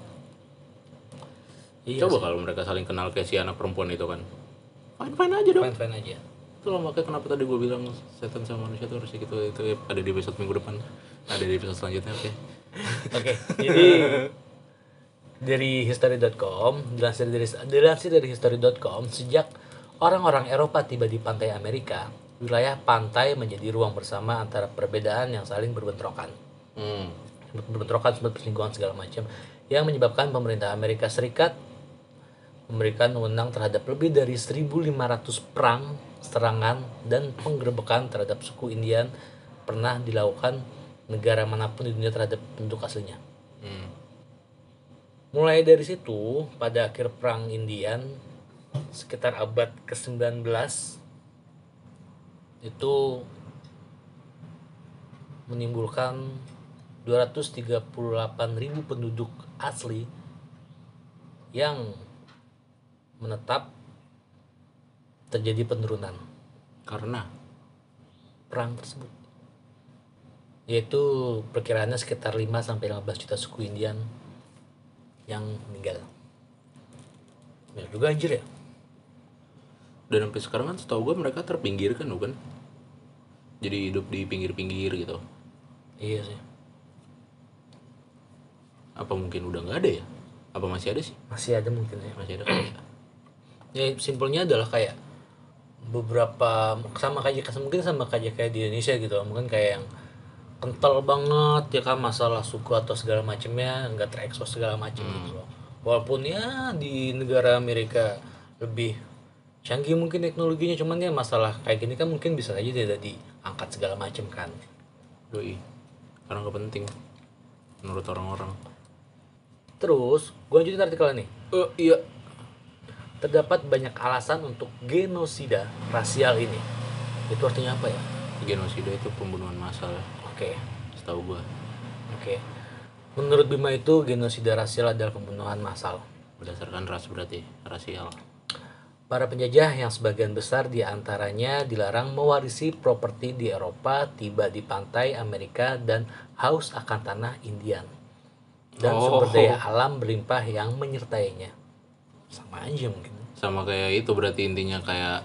Iya Coba sih. kalau mereka saling kenal kayak si anak perempuan itu kan, fine aja dong. Fine aja. Itulah makanya kenapa tadi gue bilang setan sama manusia itu harusnya gitu. Itu ada di episode minggu depan, ada di episode selanjutnya. Oke, jadi dari history.com, dilansir dari history.com, sejak orang-orang Eropa tiba di pantai Amerika, wilayah pantai menjadi ruang bersama antara perbedaan yang saling berbentrokan. sempat bentrokan, sempat perselingkuhan segala macam, yang menyebabkan pemerintah Amerika Serikat memberikan wewenang terhadap lebih dari 1.500 perang, serangan, dan penggerebekan terhadap suku Indian pernah dilakukan negara manapun di dunia terhadap penduduk aslinya. Mulai dari situ, pada akhir perang Indian sekitar abad ke-19 itu menimbulkan 238.000 penduduk asli yang menetap, terjadi penurunan Karena perang tersebut. Yaitu perkiraannya sekitar 5-15 juta suku Indian yang meninggal. Ya juga anjir ya. dan sampai sekarang kan setahu gue mereka terpinggirkan bukan? Jadi hidup di pinggir-pinggir gitu. Iya sih. Apa mungkin udah nggak ada ya? Apa masih ada sih? Masih ada mungkin ya. Masih ada kali ya. Ya simpelnya adalah kayak beberapa mungkin sama kayak di Indonesia gitu, mungkin kayak yang kental banget ya kan masalah suku atau segala macamnya, nggak terekspos segala macam gitu loh. Walaupun ya di negara Amerika lebih canggih mungkin teknologinya, cuman ya masalah kayak gini kan mungkin bisa aja tidak diangkat segala macam kan. Doi. Karena nggak penting menurut orang-orang. Terus gue lanjutin artikelnya nih. Iya. Terdapat banyak alasan untuk genosida rasial ini. Itu artinya apa ya? Genosida itu pembunuhan massal. Oke. Setahu gue. Oke. Menurut Bima itu genosida rasial adalah pembunuhan massal Berdasarkan ras berarti rasial. para penjajah yang sebagian besar di antaranya dilarang mewarisi properti di Eropa, tiba di pantai Amerika dan haus akan tanah Indian dan sumber daya alam berlimpah yang menyertainya. Sama aja mungkin. Sama kayak itu berarti intinya kayak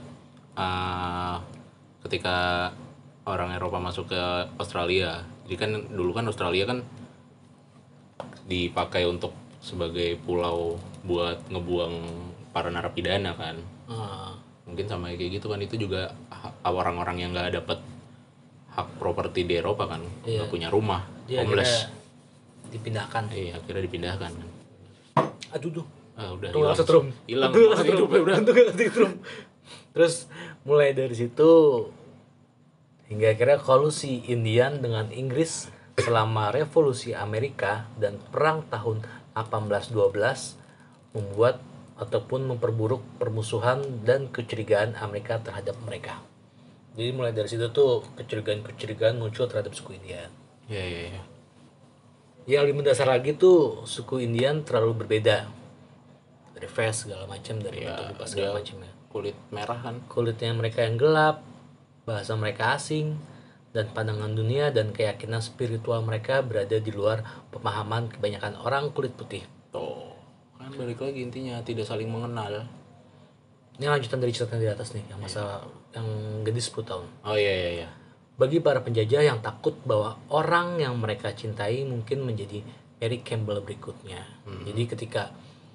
ketika orang Eropa masuk ke Australia. Jadi kan dulu kan Australia kan dipakai untuk sebagai pulau buat ngebuang para narapidana kan. Mungkin sama kayak gitu kan, itu juga orang-orang yang nggak dapat hak properti di Eropa kan, nggak punya rumah, Dia homeless. dipindahkan. Iya, akhirnya dipindahkan kan. Aduh tuh. Udah Tuh setrum. hilang Hidupnya udah. Terus mulai dari situ hingga akhirnya kolusi Indian dengan Inggris selama Revolusi Amerika dan Perang tahun 1812 membuat ataupun memperburuk permusuhan dan kecurigaan Amerika terhadap mereka. Jadi mulai dari situ tuh kecurigaan muncul terhadap suku Indian. Iya. Yang lebih mendasar lagi tuh suku Indian terlalu berbeda dari face segala macam, dari bentuk rupa segala macamnya. Kulit merah kan. Kulitnya mereka yang gelap, bahasa mereka asing, dan pandangan dunia dan keyakinan spiritual mereka berada di luar pemahaman kebanyakan orang kulit putih. Tuh kan balik lagi intinya tidak saling mengenal. Ini lanjutan dari cerita di atas nih, yang masalah yang gadis 10 tahun. Oh iya. Bagi para penjajah yang takut bahwa orang yang mereka cintai mungkin menjadi Eric Campbell berikutnya. Jadi ketika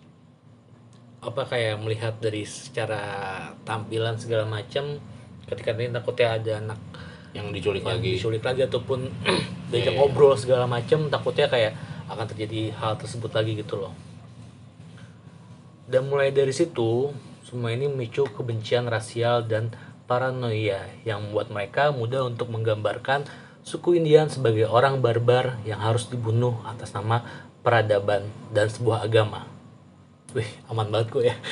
kayak melihat dari secara tampilan segala macam, ketika ini takutnya ada anak yang diculik lagi ataupun diajak ngobrol segala macam, takutnya kayak akan terjadi hal tersebut lagi gitu loh. Dan mulai dari situ semua ini memicu kebencian rasial dan paranoia yang membuat mereka mudah untuk menggambarkan suku Indian sebagai orang barbar yang harus dibunuh atas nama peradaban dan sebuah agama. Wih, aman banget kok ya.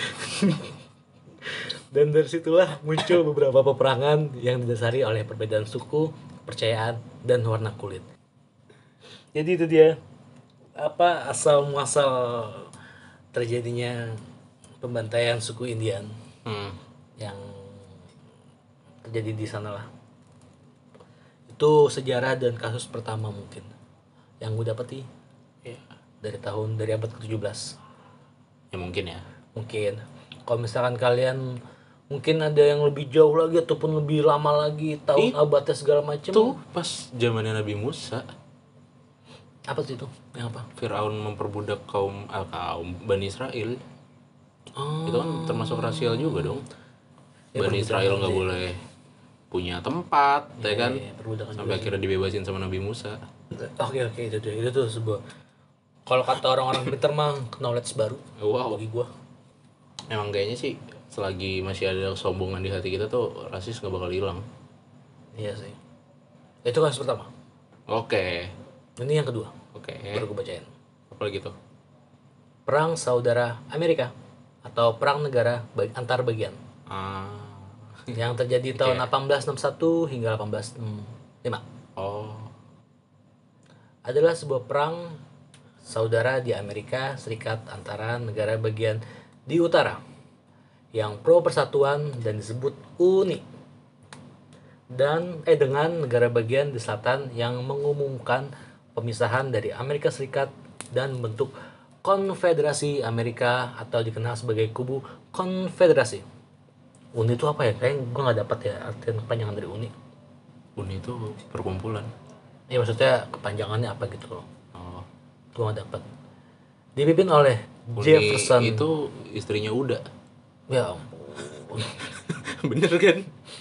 Dan dari situlah muncul beberapa peperangan yang didasari oleh perbedaan suku, kepercayaan, dan warna kulit. Jadi itu dia asal muasal terjadinya pembantaian suku Indian yang terjadi di sana lah. Itu sejarah dan kasus pertama mungkin yang gue dapeti dari abad ke-17. Ya mungkin ya. Mungkin kalau misalkan kalian mungkin ada yang lebih jauh lagi ataupun lebih lama lagi, tahun abadnya segala macam. Tuh pas zamannya Nabi Musa. Apa sih itu? Yang apa? Firaun memperbudak kaum Bani Israel. Itu kan termasuk rasial juga dong. Bani Israel nggak boleh punya tempat, ya kan? Perbudakan Sampai akhirnya dibebasin sama Nabi Musa. Oke, itu tuh sebuah, kalau kata orang-orang pintar mah knowledge baru Wow. bagi gua. Emang kayaknya sih selagi masih ada kesombongan di hati kita tuh rasis nggak bakal hilang. Iya sih. Itu kasus pertama. Oke. Ini yang kedua. Oke. Baru gue bacain. Apa lagi tuh? Perang Saudara Amerika atau perang negara antar bagian yang terjadi tahun 1861 hingga 1865 Oh. adalah sebuah perang saudara di Amerika Serikat antara negara bagian di utara yang pro persatuan dan disebut Uni dengan negara bagian di selatan yang mengumumkan pemisahan dari Amerika Serikat dan membentuk Konfederasi Amerika atau dikenal sebagai Kubu Konfederasi. Uni itu apa ya? Kayaknya gue nggak dapat ya artian kepanjangan dari Uni. Uni itu perkumpulan. Ya maksudnya kepanjangannya apa gitu loh. Oh. Gue nggak dapat. Dipimpin oleh Uni Jefferson. itu istrinya Uda. Ya ampun. Bener kan?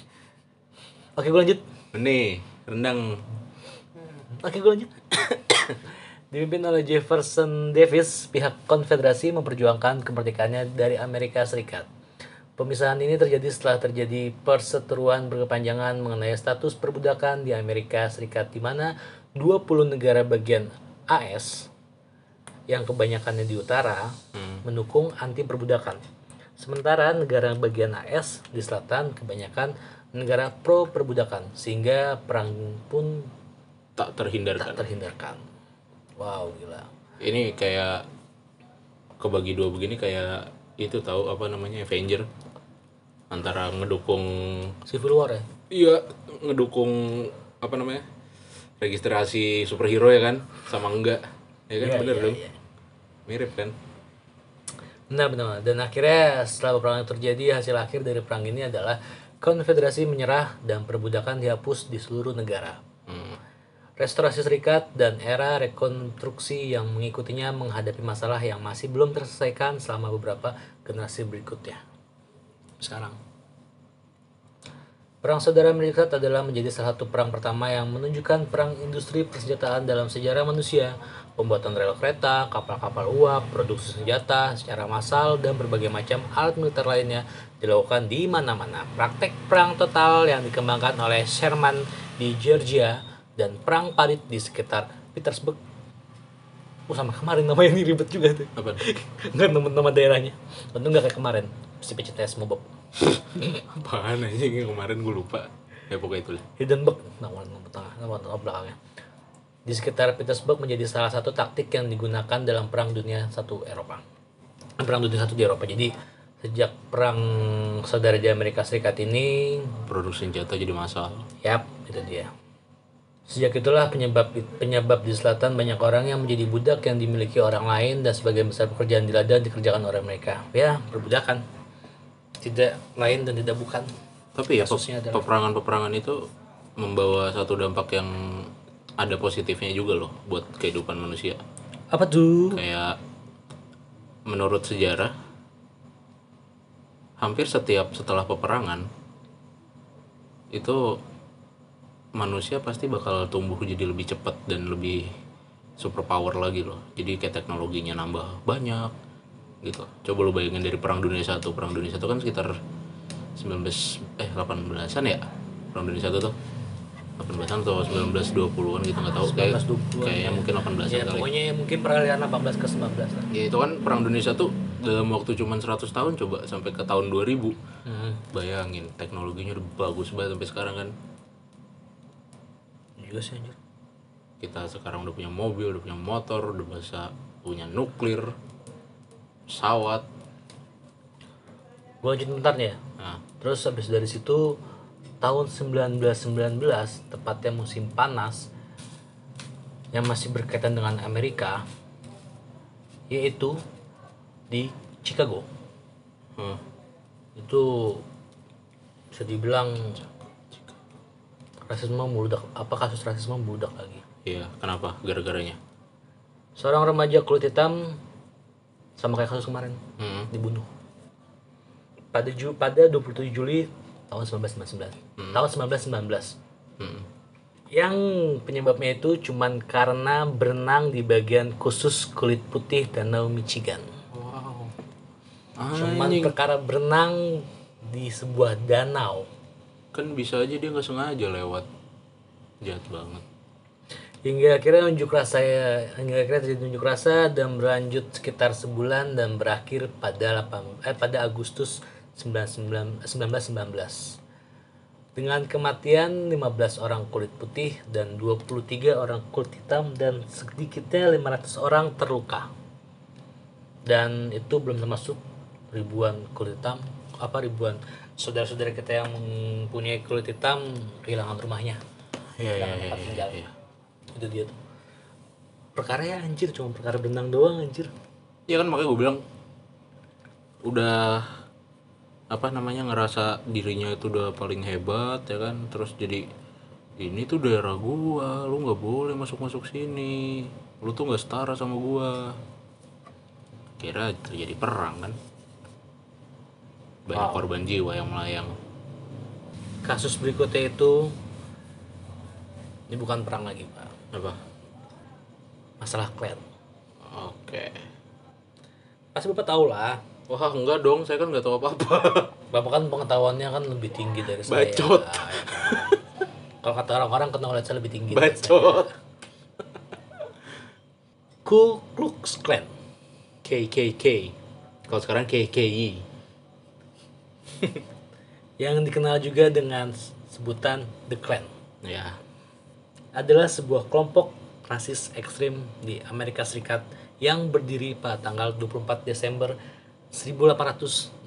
Oke, gue lanjut. Nih, rendang. Oke, gue lanjut. Dipimpin oleh Jefferson Davis, pihak konfederasi memperjuangkan kemerdekaannya dari Amerika Serikat. Pemisahan ini terjadi setelah terjadi perseteruan berkepanjangan mengenai status perbudakan di Amerika Serikat di mana 20 negara bagian AS yang kebanyakannya di utara mendukung anti perbudakan. Sementara negara bagian AS di selatan kebanyakan negara pro perbudakan sehingga perang pun Tak terhindarkan. Wow, gila. Ini kayak kebagi dua begini kayak itu tahu apa namanya Avenger, antara ngedukung Civil War ya? iya ngedukung apa namanya registrasi superhero ya kan sama enggak ya kan. Iya, bener iya, dong iya. mirip kan. Benar. Dan akhirnya setelah perang terjadi, hasil akhir dari perang ini adalah konfederasi menyerah dan perbudakan dihapus di seluruh negara. Restorasi serikat dan era rekonstruksi yang mengikutinya menghadapi masalah yang masih belum terselesaikan selama beberapa generasi berikutnya. Sekarang, Perang Saudara Amerika adalah menjadi salah satu perang pertama yang menunjukkan perang industri persenjataan dalam sejarah manusia. Pembuatan rel kereta, kapal-kapal uap, produksi senjata secara massal, dan berbagai macam alat militer lainnya dilakukan di mana-mana. Praktek perang total yang dikembangkan oleh Sherman di Georgia dan perang parit di sekitar Petersburg. Sama kemarin namanya ini ribet juga tuh. Apa? Enggak nama daerahnya. Untung nggak kayak kemarin. Si PCTS Mobop. Apaan aja yang kemarin gue lupa ya pokoknya itu lah. Hindenburg nama belakangnya. Di sekitar Petersburg menjadi salah satu taktik yang digunakan dalam Perang Dunia I Eropa. Perang Dunia I di Eropa. Jadi sejak Perang Saudara di Amerika Serikat ini Produksi senjata jadi massal. Yap, itu dia. Sejak itulah penyebab di selatan banyak orang yang menjadi budak yang dimiliki orang lain dan sebagian besar pekerjaan di ladang dikerjakan oleh mereka. Ya, perbudakan. Tidak lain dan tidak bukan. Tapi ya Kasusnya adalah- peperangan-peperangan itu membawa satu dampak yang ada positifnya juga loh buat kehidupan manusia. Apa tuh? Kayak menurut sejarah hampir setelah peperangan itu manusia pasti bakal tumbuh jadi lebih cepat dan lebih superpower lagi loh. Jadi kayak teknologinya nambah banyak gitu. Coba lu bayangin dari Perang Dunia I. Perang Dunia I kan sekitar 18-an ya. Perang Dunia I tuh 18-an atau 1920-an gitu nggak tahu, kayak 1920-an kayaknya ya. mungkin 18-an Ya, kali. pokoknya mungkin peralihan 18 ke 19 lah. Ya itu kan Perang Dunia I dalam waktu cuma 100 tahun, coba sampai ke tahun 2000. Bayangin teknologinya udah bagus banget sampai sekarang kan. Juga sih anjir. Kita sekarang udah punya mobil, udah punya motor, udah bisa punya nuklir, pesawat. Gue lanjut bentar nih ya. Nah, Terus habis dari situ tahun 1919, tepatnya musim panas yang masih berkaitan dengan Amerika, yaitu di Chicago. Itu bisa dibilang rasisme membludak. Apa kasus rasisme membludak lagi? iya, kenapa? Gara-garanya? Seorang remaja kulit hitam sama kayak kasus kemarin Hmm. dibunuh. Pada 27 Juli tahun 1919. Tahun 1919. Hmm. Yang penyebabnya itu cuman karena berenang di bagian khusus kulit putih Danau Michigan. Wow. Cuman perkara berenang di sebuah danau. Kan bisa aja dia nggak sengaja lewat. Jahat banget. Hingga akhirnya terjadi unjuk rasa dan berlanjut sekitar sebulan dan berakhir pada Agustus 1919 dengan kematian 15 orang kulit putih dan 23 orang kulit hitam dan sedikitnya 500 orang terluka. Dan itu belum termasuk ribuan saudara-saudara kita yang mempunyai kulit hitam kehilangan rumahnya. Iya. Itu dia tuh. Perkara ya anjir, cuma perkara benang doang anjir. Ya kan makanya gue bilang udah ngerasa dirinya itu udah paling hebat ya kan, terus jadi ini tuh daerah gua, lu nggak boleh masuk sini, lu tuh nggak setara sama gua. Kira terjadi perang kan, banyak korban jiwa yang melayang. Kasus berikutnya itu ini bukan perang lagi pak, Apa? masalah klan. Oke. Pasti bapak tahu lah. Wah enggak dong, saya kan nggak tahu apa-apa. Bapak kan pengetahuannya kan lebih tinggi dari saya. Bacot. Kalau kata orang-orang knowledge saya lebih tinggi dari saya. Bacot. Ku Klux Klan. KKK. Kalau sekarang KKI. Yang dikenal juga dengan sebutan The Klan. Ya. Adalah sebuah kelompok rasis ekstrim di Amerika Serikat yang berdiri pada tanggal 24 Desember 1868.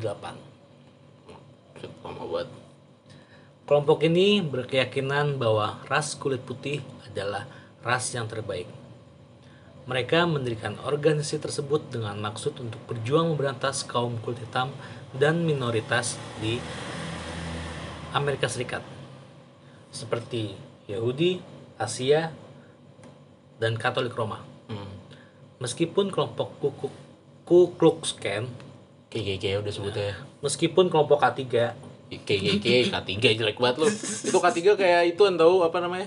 Lama banget. Kelompok ini berkeyakinan bahwa ras kulit putih adalah ras yang terbaik. Mereka mendirikan organisasi tersebut dengan maksud untuk berjuang memberantas kaum kulit hitam dan minoritas di Amerika Serikat, seperti Yahudi, Asia, dan Katolik Roma. Meskipun kelompok Ku Klux Klan KKK udah sebutnya. Meskipun kelompok K3 K3 jelek banget lu. Itu K3 kayak itu tahu apa namanya?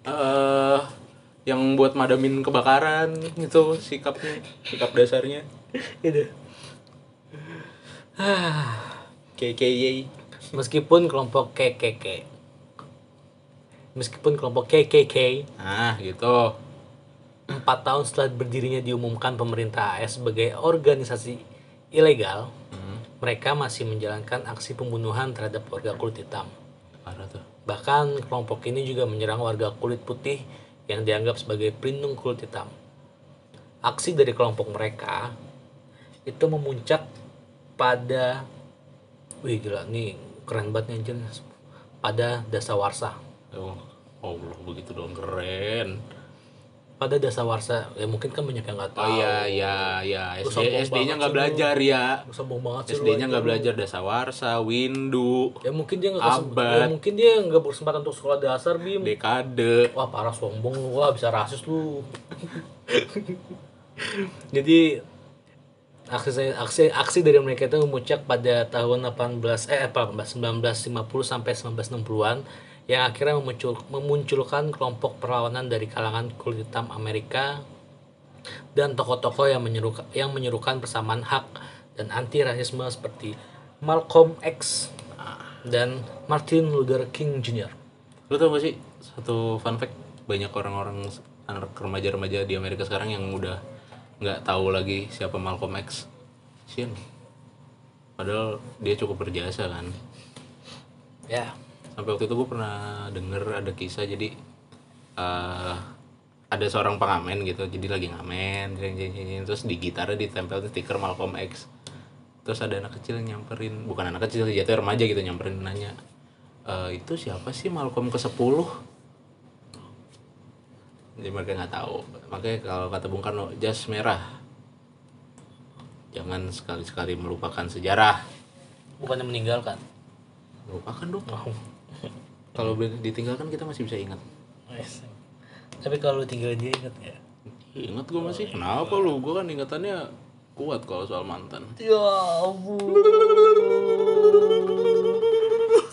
Yang buat madamin kebakaran gitu sikap dasarnya. itu. KKY. Meskipun kelompok KKK Gitu. 4 tahun setelah berdirinya diumumkan pemerintah AS sebagai organisasi ilegal, mereka masih menjalankan aksi pembunuhan terhadap warga kulit hitam. Parah tuh. Bahkan kelompok ini juga menyerang warga kulit putih yang dianggap sebagai pelindung kulit hitam. Aksi dari kelompok mereka itu memuncak pada gila nih keren banget nih anjir, pada Dasawarsa. Oh Allah, begitu dong, keren. Pada Dasawarsa ya mungkin kan banyak yang nggak tahu. Oh iya. Lu sombong SD-nya banget nggak sih belajar lu. ya. Lu sombong banget sih lu, SD-nya nggak anjir, belajar Dasawarsa, Windu, ya mungkin dia Abad. mungkin dia nggak berkesempatan untuk sekolah dasar Bim. Dekade. Wah parah sombong lu, wah bisa rasis lu. Jadi aksi dari mereka itu memuncak pada tahun 1950 sampai 1960-an yang akhirnya memunculkan kelompok perlawanan dari kalangan kulit hitam Amerika dan tokoh-tokoh yang menyerukan persamaan hak dan anti rasisme seperti Malcolm X dan Martin Luther King Jr. Lu tau gak sih satu fun fact, banyak orang-orang anak remaja-remaja di Amerika sekarang yang udah nggak tahu lagi siapa Malcolm X. Sian. Padahal dia cukup berjasa kan. Ya. Sampai waktu itu gue pernah denger ada kisah, jadi ada seorang pengamen gitu, jadi lagi ngamen terus di gitarnya ditempel stiker Malcolm X. Terus ada anak kecil yang nyamperin, bukan anak kecil, jatuh remaja gitu, nyamperin nanya, itu siapa sih Malcolm ke-10? Jadi mereka nggak tahu. Makanya kalau kata Bung Karno, jas merah, jangan sekali-sekali melupakan sejarah. Bukannya meninggalkan. Lupakan dong. Kalau ditinggalkan kita masih bisa ingat. Yes. Tapi kalau tinggal dia ingat ya. Ingat gue masih. Kenapa lu? Gue kan ingatannya kuat kalau soal mantan. Ya ampun.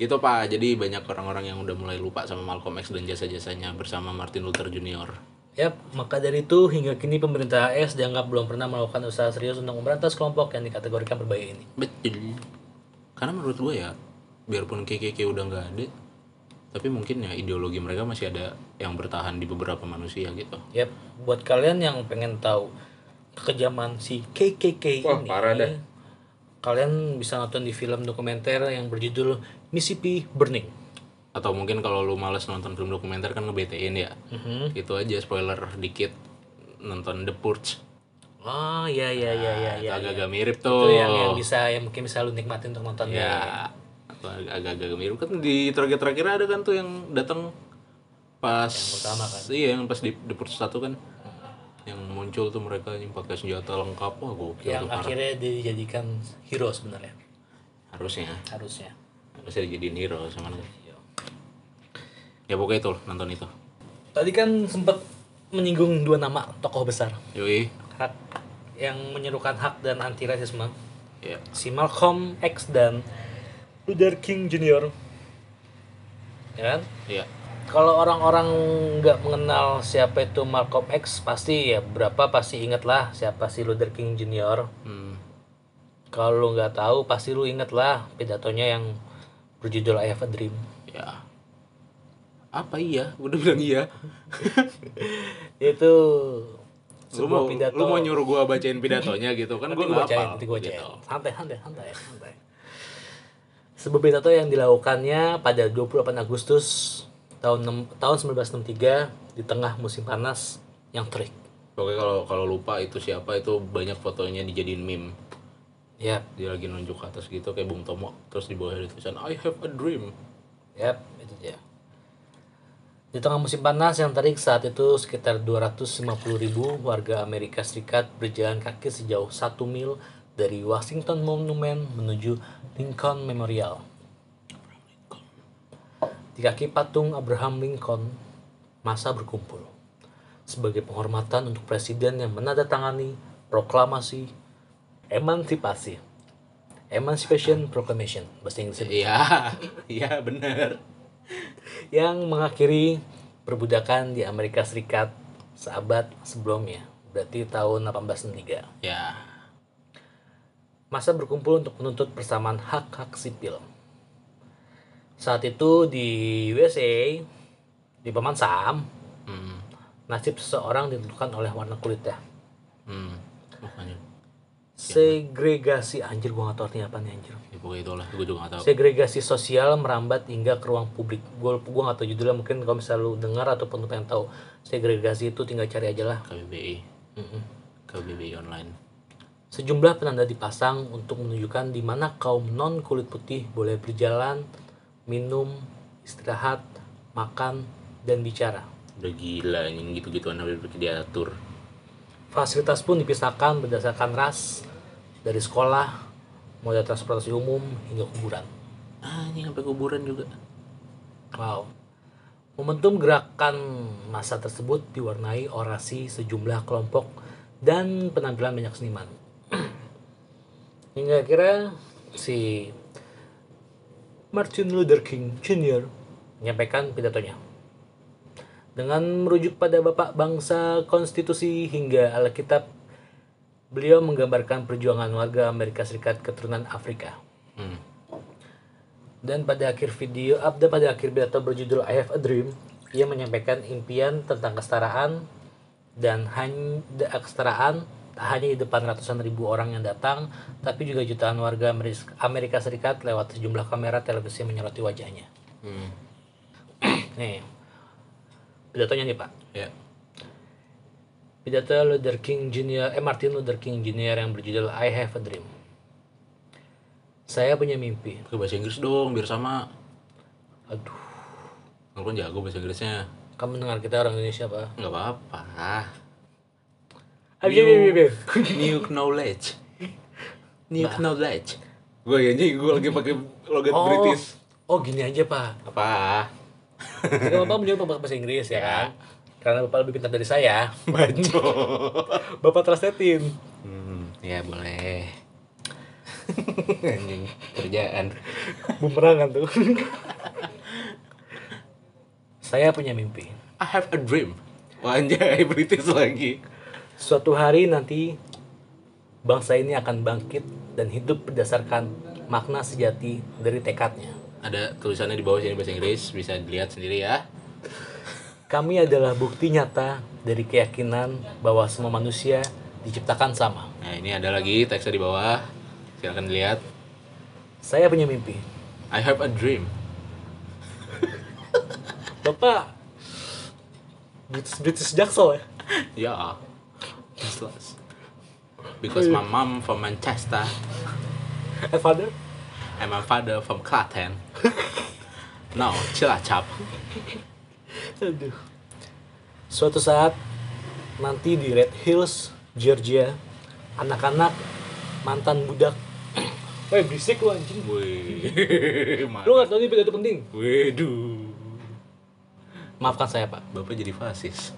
Gitu Pak, jadi banyak orang-orang yang udah mulai lupa sama Malcolm X dan jasa-jasanya bersama Martin Luther Junior. Yap, maka dari itu hingga kini pemerintah AS dianggap belum pernah melakukan usaha serius untuk memberantas kelompok yang dikategorikan berbahaya ini. Betul. Karena menurut gue ya, biarpun KKK udah nggak ada, tapi mungkin ya ideologi mereka masih ada yang bertahan di beberapa manusia gitu. Yap, buat kalian yang pengen tahu kekejaman si KKK Wah, ini, parah dah. kalian bisa nonton di film dokumenter yang berjudul Mississippi Burning. Atau mungkin kalau lu males nonton film dokumenter kan nge-BT-in ya. Itu aja spoiler dikit, nonton The Purge. Oh iya. Itu agak-agak mirip tuh. Itu yang mungkin bisa lu nikmatin untuk nontonnya. Ya, atau agak-agak mirip kan di terakhir-terakhir ada kan tuh yang datang pas Yang pertama kan. Iya, yang pas di The Purge 1 kan. Yang muncul tuh mereka yang pakai senjata lengkap. Wah, gokil Yang tuh parah. akhirnya dia dijadikan hero sebenarnya. Harusnya dijadiin hero sama ya pokoknya itu nonton itu. Tadi kan sempat menyinggung dua nama tokoh besar Yoi. hak yang menyerukan hak dan anti rasisme, Ya. si Malcolm X dan Luther King Jr. Ya kan? Iya. Kalau orang-orang nggak mengenal siapa itu Malcolm X, pasti ingat lah siapa si Luther King Jr. Kalau lu nggak tahu, pasti lu inget lah pidatonya yang berjudul I Have a Dream. Ya. Apa iya? Udah bilang iya. Itu Lu sebuah pidato. mau nyuruh gua bacain pidatonya gitu kan? Gua nggak hafal. Nanti gua bacain. Gitu. Santai. Sebuah pidato yang dilakukannya pada 28 Agustus tahun 1963 di tengah musim panas yang terik. Pokoknya kalau lupa itu siapa, itu banyak fotonya dijadiin meme. Yap, Dia lagi nunjuk ke atas gitu kayak Bung Tomo, terus di bawahnya ada tulisan I have a dream. itu dia. Di tengah musim panas yang terik saat itu, sekitar 250.000 warga Amerika Serikat berjalan kaki sejauh 1 mil dari Washington Monument menuju Lincoln Memorial. Di kaki patung Abraham Lincoln, massa berkumpul sebagai penghormatan untuk presiden yang menandatangani proklamasi Emancipation Proclamation, bahasa Inggrisnya, Iya benar. yang mengakhiri perbudakan di Amerika Serikat seabad sebelumnya, berarti tahun 1863. Ya. Massa berkumpul untuk menuntut persamaan hak-hak sipil. Saat itu di USA, di Paman Sam, nasib seseorang ditentukan oleh warna kulitnya. Makanya. Segregasi, anjir gua gak tau artinya apa nih anjir. Ya, pokoknya itulah, gue juga gak tahu. Segregasi sosial merambat hingga ke ruang publik. Gua gak tahu judulnya, mungkin kalau misalnya lu dengar ataupun lu pengen tahu segregasi itu tinggal cari aja lah. KBBI online. Sejumlah penanda dipasang untuk menunjukkan di mana kaum non kulit putih boleh berjalan, minum, istirahat, makan, dan bicara. Udah gila yang gitu-gituan udah diatur. Fasilitas pun dipisahkan berdasarkan ras, dari sekolah, moda transportasi umum, hingga kuburan. Ini sampai kuburan juga. Wow. Momentum gerakan massa tersebut diwarnai orasi sejumlah kelompok dan penampilan banyak seniman. Hingga akhirnya si Martin Luther King Jr. menyampaikan pidatonya. Dengan merujuk pada Bapak Bangsa, Konstitusi, hingga Alkitab, beliau menggambarkan perjuangan warga Amerika Serikat keturunan Afrika. Dan pada akhir pidato berjudul I Have a Dream, ia menyampaikan impian tentang kesetaraan kesetaraan tak hanya di depan ratusan ribu orang yang datang, tapi juga jutaan warga Amerika Serikat lewat sejumlah kamera televisi menyoroti wajahnya. Nih, pidatonya nih Pak. Ya. Pidato Martin Luther King Jr. yang berjudul I Have a Dream. Saya punya mimpi. Pakai bahasa Inggris dong biar sama. Aduh, Walaupun jago bahasa Inggrisnya. kamu dengar kita orang Indonesia Pak? Nggak apa-apa. New knowledge. Gue lagi pakai logat British. Oh gini aja Pak. Apa? Jika Bapak menjawab bahasa Inggris ya kan? Karena Bapak lebih pintar dari saya. Baco. Bapak translatein. Ya boleh. Anjing, kerjaan. Bumerangan tuh. Saya punya mimpi. I have a dream. Wah, anjay, British lagi. Suatu hari nanti bangsa ini akan bangkit dan hidup berdasarkan makna sejati dari tekadnya. Ada tulisannya di bawah sini bahasa Inggris, bisa dilihat sendiri ya. Kami adalah bukti nyata dari keyakinan bahwa semua manusia diciptakan sama. Nah, ini ada lagi teksnya di bawah. Silakan dilihat. Saya punya mimpi. I have a dream. Bapak British Jaksel ya? Ya. Useless. Because my mom from Manchester Father? and my father from Klaten. No, Cilacap. Aduh. Suatu saat nanti di Red Hills, Georgia, anak-anak mantan budak. Woi, berisik lu anjing. Wih, Lu nggak tahu ini pidato penting? Waduh. Maafkan saya, Pak. Bapak jadi fasis.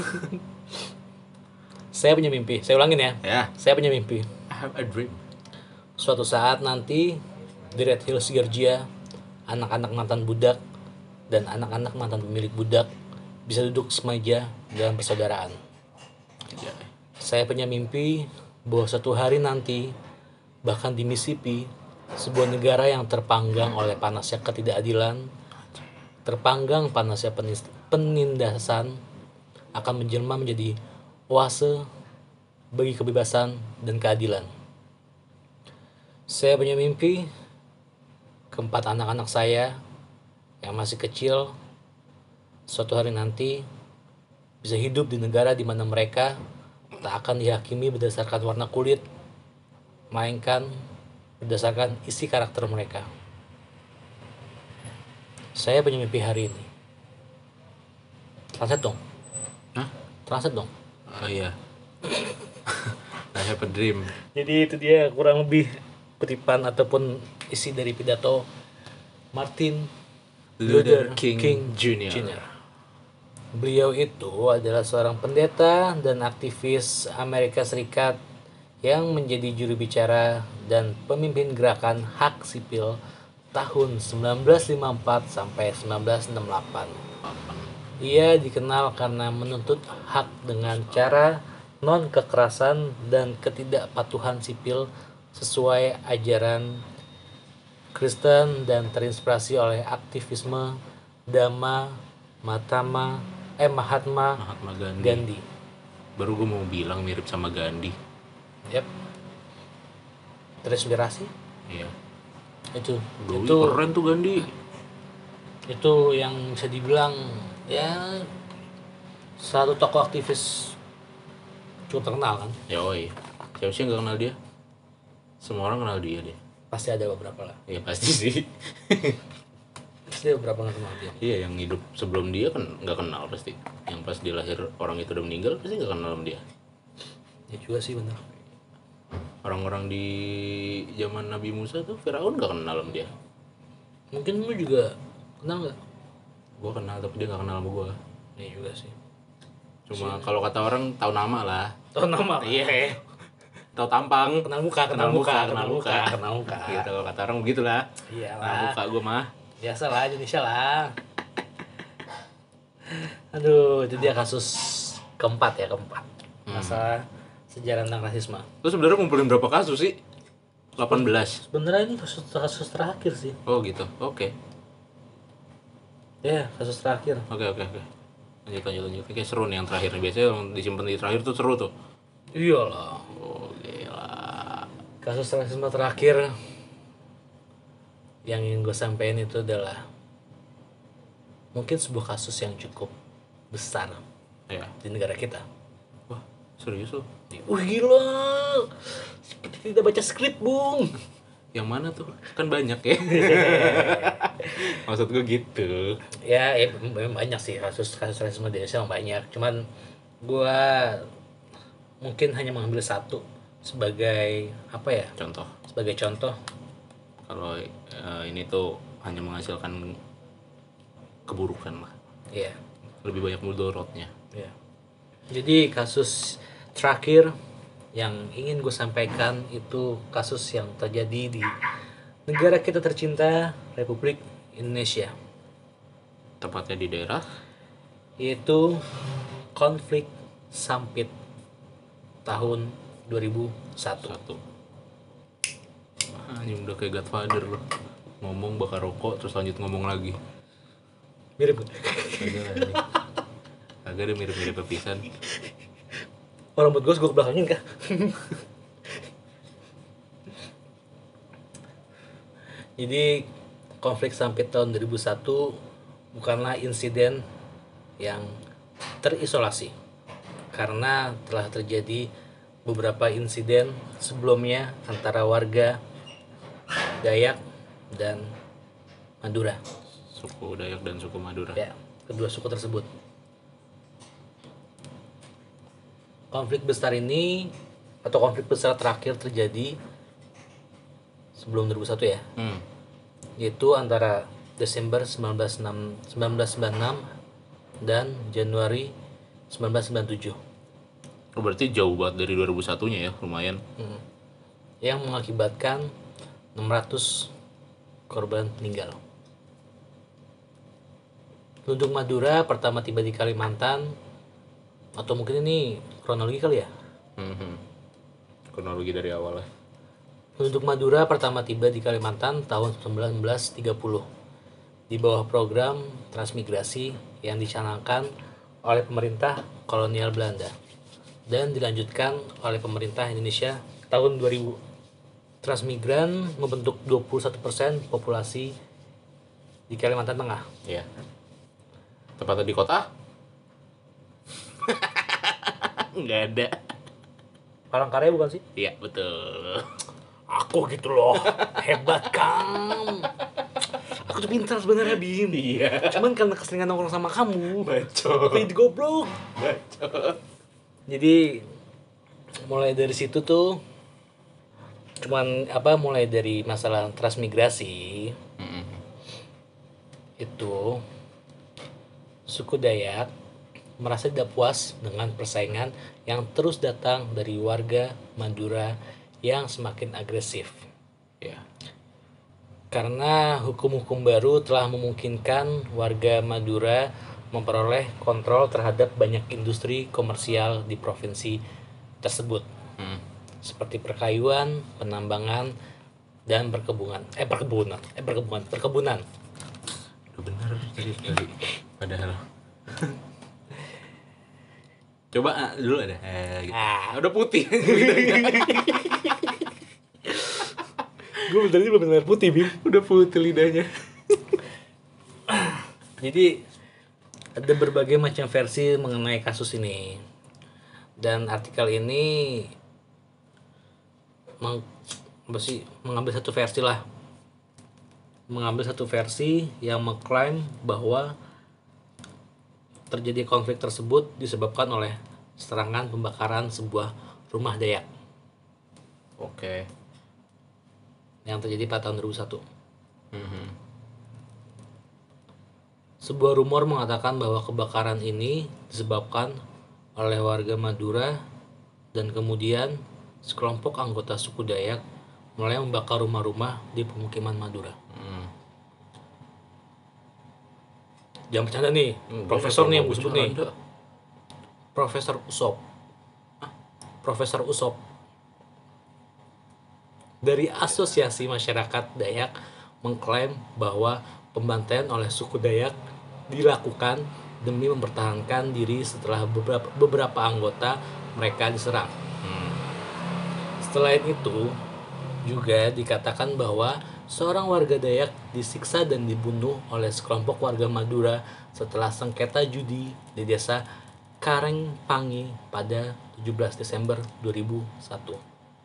Saya punya mimpi. Saya ulangin ya. Ya, Saya punya mimpi. I have a dream. Suatu saat nanti di Red Hills, Georgia, anak-anak mantan budak dan anak-anak mantan pemilik budak bisa duduk semeja dalam persaudaraan. Ya. Saya punya mimpi bahwa suatu hari nanti, bahkan di Mississippi, sebuah negara yang terpanggang oleh panasnya ketidakadilan, terpanggang panasnya penindasan, akan menjelma menjadi oase bagi kebebasan dan keadilan. Saya punya mimpi keempat anak-anak saya yang masih kecil suatu hari nanti bisa hidup di negara di mana mereka tak akan dihakimi berdasarkan warna kulit, melainkan berdasarkan isi karakter mereka. Saya punya mimpi hari ini. Translate dong. Hah? Translate dong. Oh iya. I have a dream. Jadi itu dia kurang lebih kutipan ataupun isi dari pidato Martin Luther King Jr. Beliau itu adalah seorang pendeta dan aktivis Amerika Serikat yang menjadi juru bicara dan pemimpin gerakan hak sipil tahun 1954 sampai 1968. Ia dikenal karena menuntut hak dengan cara non-kekerasan dan ketidakpatuhan sipil sesuai ajaran Kristen dan terinspirasi oleh aktivisme Mahatma Mahatma Gandhi. Gandhi. Baru gue mau bilang mirip sama Gandhi. Yep. Terinspirasi Iya. itu Doi itu keren tuh Gandhi. itu yang bisa dibilang ya satu tokoh aktivis cukup terkenal kan. Yoi. Siapa sih yang gak kenal dia? Semua orang kenal dia deh. Pasti ada beberapa lah. Iya pasti sih. Pasti ada beberapa nggak kenal dia. Iya, yang hidup sebelum dia kan nggak kenal pasti. Yang pas dia lahir orang itu udah meninggal pasti nggak kenal sama dia. Ya juga sih benar. Orang-orang di zaman Nabi Musa tuh Firaun nggak kenal sama dia. Mungkin lu juga kenal nggak? Gua kenal tapi dia nggak kenal sama gua. Iya juga sih. Cuma kalau kata orang tahu nama lah. Tahu nama? Iya. Tahu tampang. Kenal muka. Kenal muka. Gitu. Gitu kalau kata orang begitulah. Iya Kenal lah. muka gua mah. Biasa lah Indonesia lah. Aduh, itu dia kasus keempat. Masalah sejarah tentang rasisme. Lu sebenarnya ngumpulin berapa kasus sih? 18. Sebenarnya ini kasus terakhir sih. Oh gitu. Oke. Ya, kasus terakhir. Oke. Lanjut. Oke, seru nih yang terakhir nih. Biasanya yang disimpan di terakhir tuh seru tuh. Iyalah. Oh gila. Kasus rasisme terakhir yang ingin gue sampaikan itu adalah mungkin sebuah kasus yang cukup besar Ya. di negara kita. Wah, serius lu? Gila, seperti tidak baca skrip, Bung. Yang mana tuh? Kan banyak ya. Maksud gue gitu. Ya, memang banyak sih kasus rasisme di Indonesia, memang banyak. Cuman gue mungkin hanya mengambil satu sebagai apa ya? Contoh. Sebagai contoh. Kalau ini tuh hanya menghasilkan keburukan lah. Iya. Lebih banyak mudorotnya. Iya. Jadi kasus terakhir yang ingin gue sampaikan itu kasus yang terjadi di negara kita tercinta, Republik Indonesia, Tepatnya di daerah yaitu konflik Sampit tahun 2001. 1. Ini udah kayak Godfather loh. Ngomong bakar rokok terus lanjut ngomong lagi. Mirip. Agak ada mirip-mirip pisan. Orang buat gue belakangin kah? Jadi konflik Sampit tahun 2001 bukanlah insiden yang terisolasi, karena telah terjadi beberapa insiden sebelumnya antara warga Dayak dan Madura. Suku Dayak dan suku Madura. Ya, kedua suku tersebut. Konflik besar ini atau konflik besar terakhir terjadi sebelum 2001 ya, yaitu antara Desember 1996 dan Januari 1997. Oh, berarti jauh banget dari 2001-nya ya, lumayan. Yang mengakibatkan 600 korban meninggal. Untuk Madura pertama tiba di Kalimantan, atau mungkin ini kronologi kali ya. Kronologi dari awal ya. Untuk Madura pertama tiba di Kalimantan tahun 1930 di bawah program transmigrasi yang dicanangkan oleh pemerintah kolonial Belanda dan dilanjutkan oleh pemerintah Indonesia tahun 2000. Transmigran membentuk 21% populasi di Kalimantan Tengah. Iya. Tepatnya di kota? Nggak ada. Palangkaraya bukan sih? Iya, betul. Aku gitu loh. Hebat Kang. Aku tuh pintar sebenarnya, Bim. Iya. Cuman karena keseringan nongkrong sama kamu, Bacot. aku jadi goblok. Bacot. Jadi mulai dari situ tuh mulai dari masalah transmigrasi itu suku Dayak merasa tidak puas dengan persaingan yang terus datang dari warga Madura yang semakin agresif. Ya. Karena hukum-hukum baru telah memungkinkan warga Madura memperoleh kontrol terhadap banyak industri komersial di provinsi tersebut, seperti perkayuan, penambangan, dan perkebunan. Udah bener tadi. Padahal. Coba dulu ada. Gitu. Udah putih. Gue tadi belum benar putih, Bim. Udah putih lidahnya. Jadi ada berbagai macam versi mengenai kasus ini, dan artikel ini mengambil satu versi yang mengklaim bahwa terjadi konflik tersebut disebabkan oleh serangan pembakaran sebuah rumah Dayak Oke. yang terjadi pada tahun 2001. Sebuah rumor mengatakan bahwa kebakaran ini disebabkan oleh warga Madura dan kemudian sekelompok anggota suku Dayak mulai membakar rumah-rumah di pemukiman Madura. Jangan bercanda nih, profesor nih yang gue sebut nih. Profesor Usop dari Asosiasi Masyarakat Dayak mengklaim bahwa pembantaian oleh suku Dayak dilakukan demi mempertahankan diri setelah beberapa anggota mereka diserang. Selain itu, juga dikatakan bahwa seorang warga Dayak disiksa dan dibunuh oleh sekelompok warga Madura setelah sengketa judi di desa Karengpangi pada 17 Desember 2001.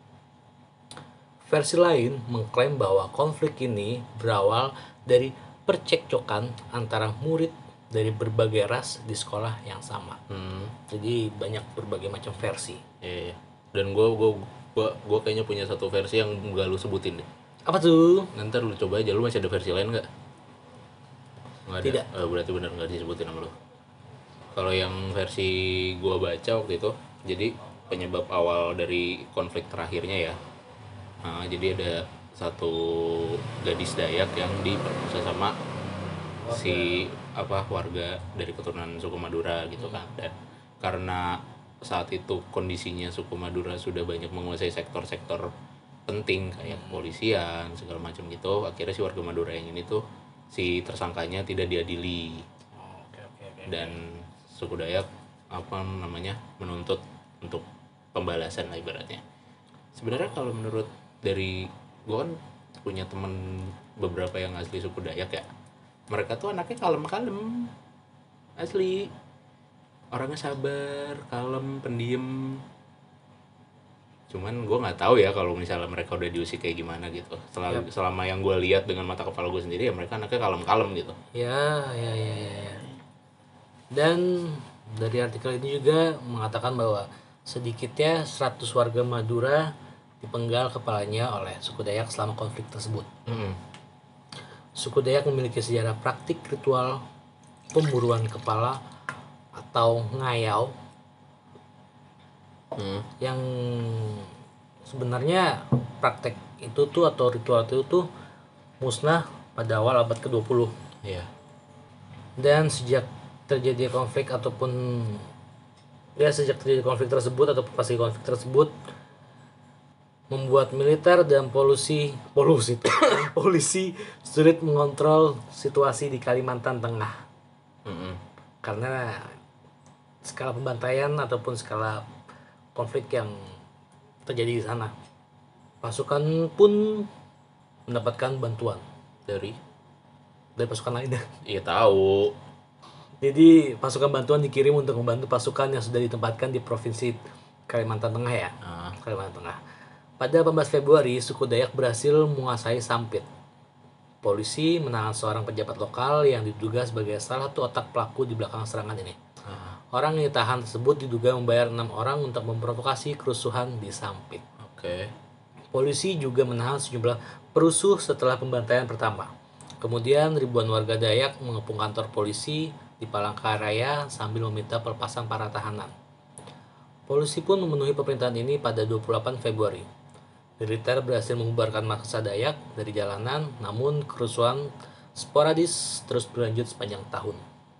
Versi lain mengklaim bahwa konflik ini berawal dari percekcokan antara murid dari berbagai ras di sekolah yang sama. Jadi banyak berbagai macam versi. Iya. Dan gue kayaknya punya satu versi yang gak lu sebutin deh. Apa tuh? Nanti lu coba aja, lu masih ada versi lain nggak? Nggak ada. Tidak. Berarti benar nggak disebutin sama lu. Kalau yang versi gua baca waktu itu, jadi penyebab awal dari konflik terakhirnya ya. Jadi ada satu gadis Dayak yang diperkosa sama si warga dari keturunan suku Madura gitu kan. Dan karena saat itu kondisinya suku Madura sudah banyak menguasai sektor-sektor penting kayak kepolisian segala macam gitu, akhirnya si warga Madura yang ini tuh si tersangkanya tidak diadili. Dan suku Dayak menuntut untuk pembalasan lah ibaratnya. Sebenarnya kalau menurut dari gue kan punya temen beberapa yang asli suku Dayak ya, mereka tuh anaknya kalem-kalem asli, orangnya sabar, kalem, pendiam. Cuman gue nggak tahu ya kalau misalnya mereka udah diusik kayak gimana gitu. Selama yang gue lihat dengan mata kepala gue sendiri ya mereka anaknya kalem-kalem gitu. Ya. Dan dari artikel ini juga mengatakan bahwa sedikitnya 100 warga Madura dipenggal kepalanya oleh suku Dayak selama konflik tersebut. Suku Dayak memiliki sejarah praktik ritual pemburuan kepala atau ngayau yang sebenarnya praktek itu tuh atau ritual itu tuh musnah pada awal abad ke-20. Iya. Dan sejak terjadi konflik tersebut atau pasti konflik tersebut membuat militer dan polisi sulit mengontrol situasi di Kalimantan Tengah. Karena skala pembantaian ataupun skala konflik yang terjadi di sana. Pasukan pun mendapatkan bantuan Dari pasukan lainnya. Iya tahu. Jadi pasukan bantuan dikirim untuk membantu pasukan yang sudah ditempatkan di provinsi Kalimantan Tengah ya. Kalimantan Tengah. Pada 18 Februari, suku Dayak berhasil menguasai Sampit. Polisi menahan seorang pejabat lokal yang diduga sebagai salah satu otak pelaku di belakang serangan ini. Orang yang ditahan tersebut diduga membayar 6 orang untuk memprovokasi kerusuhan di Sampit. Polisi juga menahan sejumlah perusuh setelah pembantaian pertama. Kemudian ribuan warga Dayak mengepung kantor polisi di Palangkaraya sambil meminta pelepasan para tahanan. Polisi pun memenuhi permintaan ini pada 28 Februari. Militer berhasil membubarkan massa Dayak dari jalanan, namun kerusuhan sporadis terus berlanjut sepanjang tahun.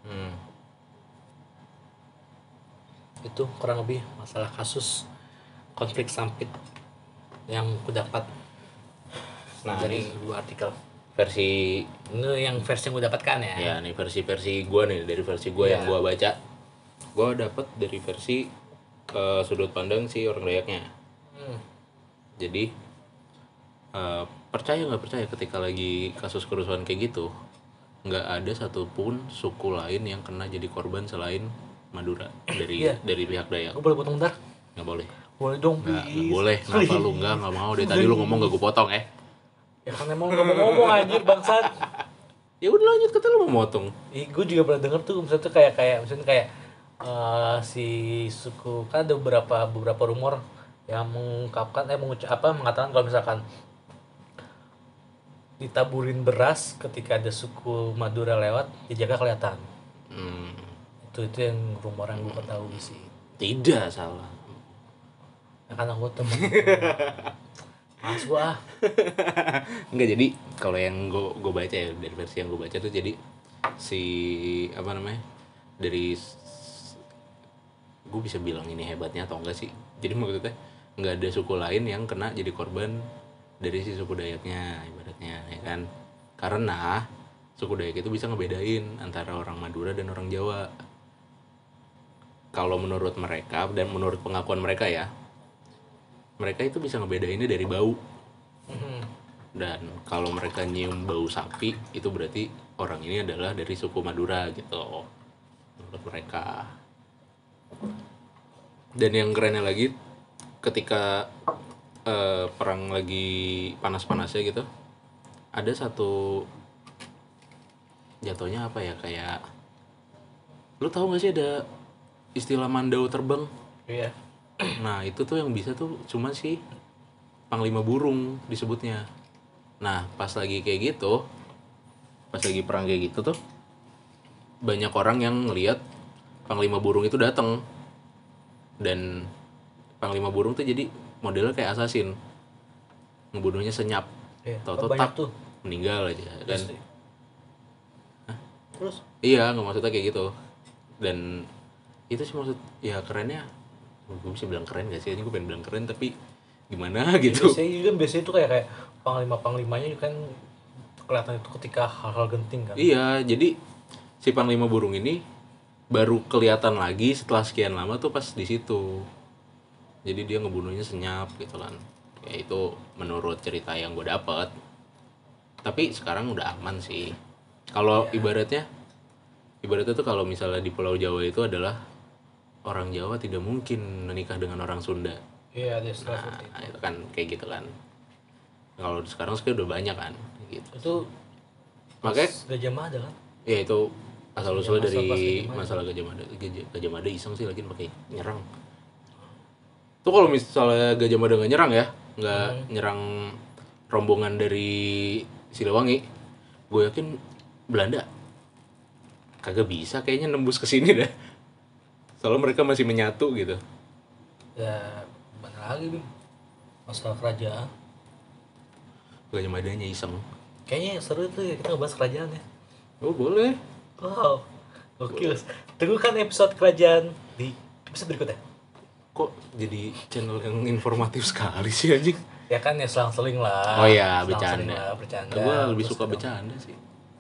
Itu kurang lebih masalah kasus konflik Sampit yang kudapat dari dua artikel. Versi ini yang gue dapatkan ya. Ya, nih versi gue nih, dari versi gue yang gue baca. Gue dapet dari versi sudut pandang si orang Dayaknya. Jadi percaya nggak percaya ketika lagi kasus kerusuhan kayak gitu, nggak ada satupun suku lain yang kena jadi korban selain Madura dari pihak Dayak. Gue boleh potong bentar? Nggak boleh. Boleh dong, nggak boleh. Kenapa lu nggak mau? Dari tadi lu ngomong gak gue potong Ya kan emang gak mau ngomong anjir bangsat. Ya udah lanjut, kata lu mau motong. Gue juga pernah denger tuh misalnya tuh kayak si suku kan ada beberapa rumor yang mengatakan kalau misalkan ditaburin beras ketika ada suku Madura lewat dijaga kelihatan. Itu yang rumor yang gue ketahui sih. Tidak salah. Ya kan aku temen mas gua. Enggak, jadi kalau yang gue baca ya, dari versi yang gue baca tuh, jadi si dari gue bisa bilang ini hebatnya atau enggak sih, jadi maksudnya nggak ada suku lain yang kena jadi korban dari si suku Dayaknya ibaratnya ya kan, karena suku Dayak itu bisa ngebedain antara orang Madura dan orang Jawa. Kalau menurut mereka dan menurut pengakuan mereka ya, mereka itu bisa ngebedainnya dari bau. Dan kalau mereka nyium bau sapi, itu berarti orang ini adalah dari suku Madura gitu menurut mereka. Dan yang kerennya lagi, ketika perang lagi panas-panasnya gitu, ada satu jatuhnya apa ya, kayak lu tahu nggak sih ada istilah mandau terbang? Iya. Nah itu tuh yang bisa tuh cuma si panglima burung disebutnya. Nah pas lagi kayak gitu, pas lagi perang kayak gitu tuh, banyak orang yang ngelihat panglima burung itu datang, dan Panglima Burung tuh jadi modelnya kayak assassin, ngebunuhnya senyap, tahu-tahu banyak tak tuh. meninggal aja. Dan Terus iya, nggak maksudnya kayak gitu. Dan itu sih maksud ya kerennya. Gue bisa bilang keren gak sih? Ini gue pengen bilang keren tapi gimana gitu. biasanya tuh kayak panglimanya kan kelihatan itu ketika hal-hal genting kan. Iya, jadi si Panglima Burung ini baru kelihatan lagi setelah sekian lama tuh pas di situ. Jadi dia ngebunuhnya senyap gitu kan. Ya itu menurut cerita yang gue dapet. Tapi sekarang udah aman sih. Kalau ibaratnya tuh kalau misalnya di Pulau Jawa itu adalah orang Jawa tidak mungkin menikah dengan orang Sunda. Iya, ada istilah seperti Nah, itu kan kayak gitu kan. Kalau sekarang sih udah banyak kan gitu. itu. Makanya Gajah Mada kan. ya itu asal usulnya masalah pas dari Gajah Mada. masalah Gajah Mada iseng sih lagi pakai nyerang. Tuh kalau misalnya Gajah Mada nggak nyerang ya, nggak nyerang rombongan dari Siliwangi, gue yakin Belanda kagak bisa kayaknya nembus ke sini dah. Soalnya mereka masih menyatu gitu. Ya mana lagi Bim, masalah kerajaan. Gajah Madanya iseng. Kayaknya yang seru itu ya kita ngebahas kerajaan ya. Oh boleh. Wow, gokil. Tunggu kan episode kerajaan di episode berikutnya. Kok jadi channel yang informatif sekali sih anjing? Ya kan ya selang-seling lah. Oh iya, Selang-seling bercanda. lah, bercanda. Gue lebih Terus suka kita- bercanda sih.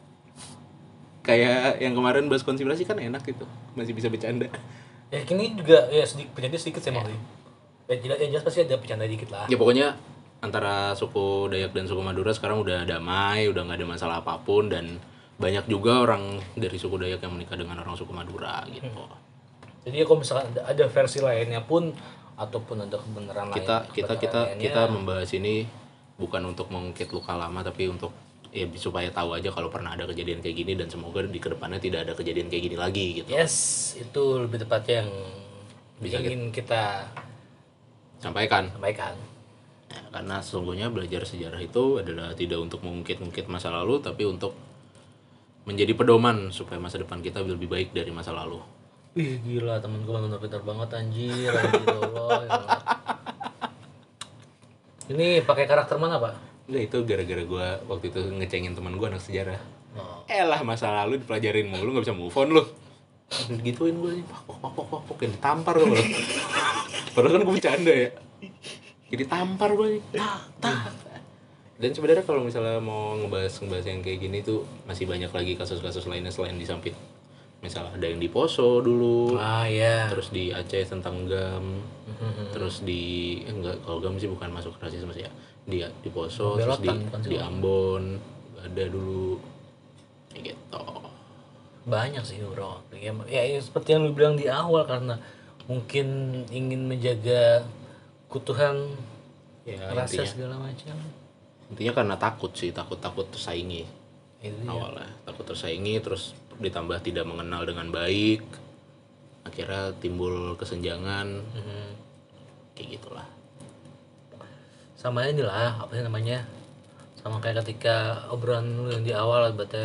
Kayak yang kemarin bahas konspirasi kan enak gitu, masih bisa bercanda. Ya kini juga ya sedikit bercanda sedikit sih emang sih. Ya jelas pasti ada bercanda dikit lah. Ya pokoknya antara suku Dayak dan suku Madura sekarang udah damai, udah nggak ada masalah apapun dan banyak juga orang dari suku Dayak yang menikah dengan orang suku Madura gitu. Jadi kalau misalkan ada versi lainnya pun ataupun ada kebenaran lain. Kita membahas ini bukan untuk mengungkit luka lama tapi untuk ya supaya tahu aja kalau pernah ada kejadian kayak gini dan semoga di kedepannya tidak ada kejadian kayak gini lagi gitu. Yes, itu lebih tepatnya yang Bisa ingin kita Sampaikan. sampaikan. Ya, karena sesungguhnya belajar sejarah itu adalah tidak untuk mengungkit-ungkit masa lalu tapi untuk menjadi pedoman supaya masa depan kita lebih baik dari masa lalu. Wih gila temen gue bener pintar banget anjir Allah ya Allah. Ini pakai karakter mana pak? Enggak, itu gara-gara gue waktu itu ngecengin teman gue anak sejarah. Oh. Elah masa lalu dipelajarin mulu nggak bisa move on lu. Gituin gue nih, pok yang ditampar gue malah. Padahal kan gue bercanda ya. Jadi tampar gue nih, tak. Dan sebenarnya kalau misalnya mau ngebahas yang kayak gini tuh masih banyak lagi kasus-kasus lainnya selain di Sampit. Misalnya ada yang di Poso dulu, Ah ya. terus di Aceh tentang GAM, terus di enggak, kalau GAM sih bukan masuk rasisme sih ya. Di Poso, terus Belotan, bukan sih, di Bang? Ambon ada dulu kayak gitu. Banyak sih bro. Ya seperti yang lu bilang di awal karena mungkin ingin menjaga keutuhan Ya rasa intinya, segala macam. intinya karena takut tersaingi Itu ya. awalnya, takut tersaingi terus ditambah tidak mengenal dengan baik, akhirnya timbul kesenjangan kayak gitulah. Sama inilah apa sih namanya, sama kayak ketika obrolan lu yang di awal berarti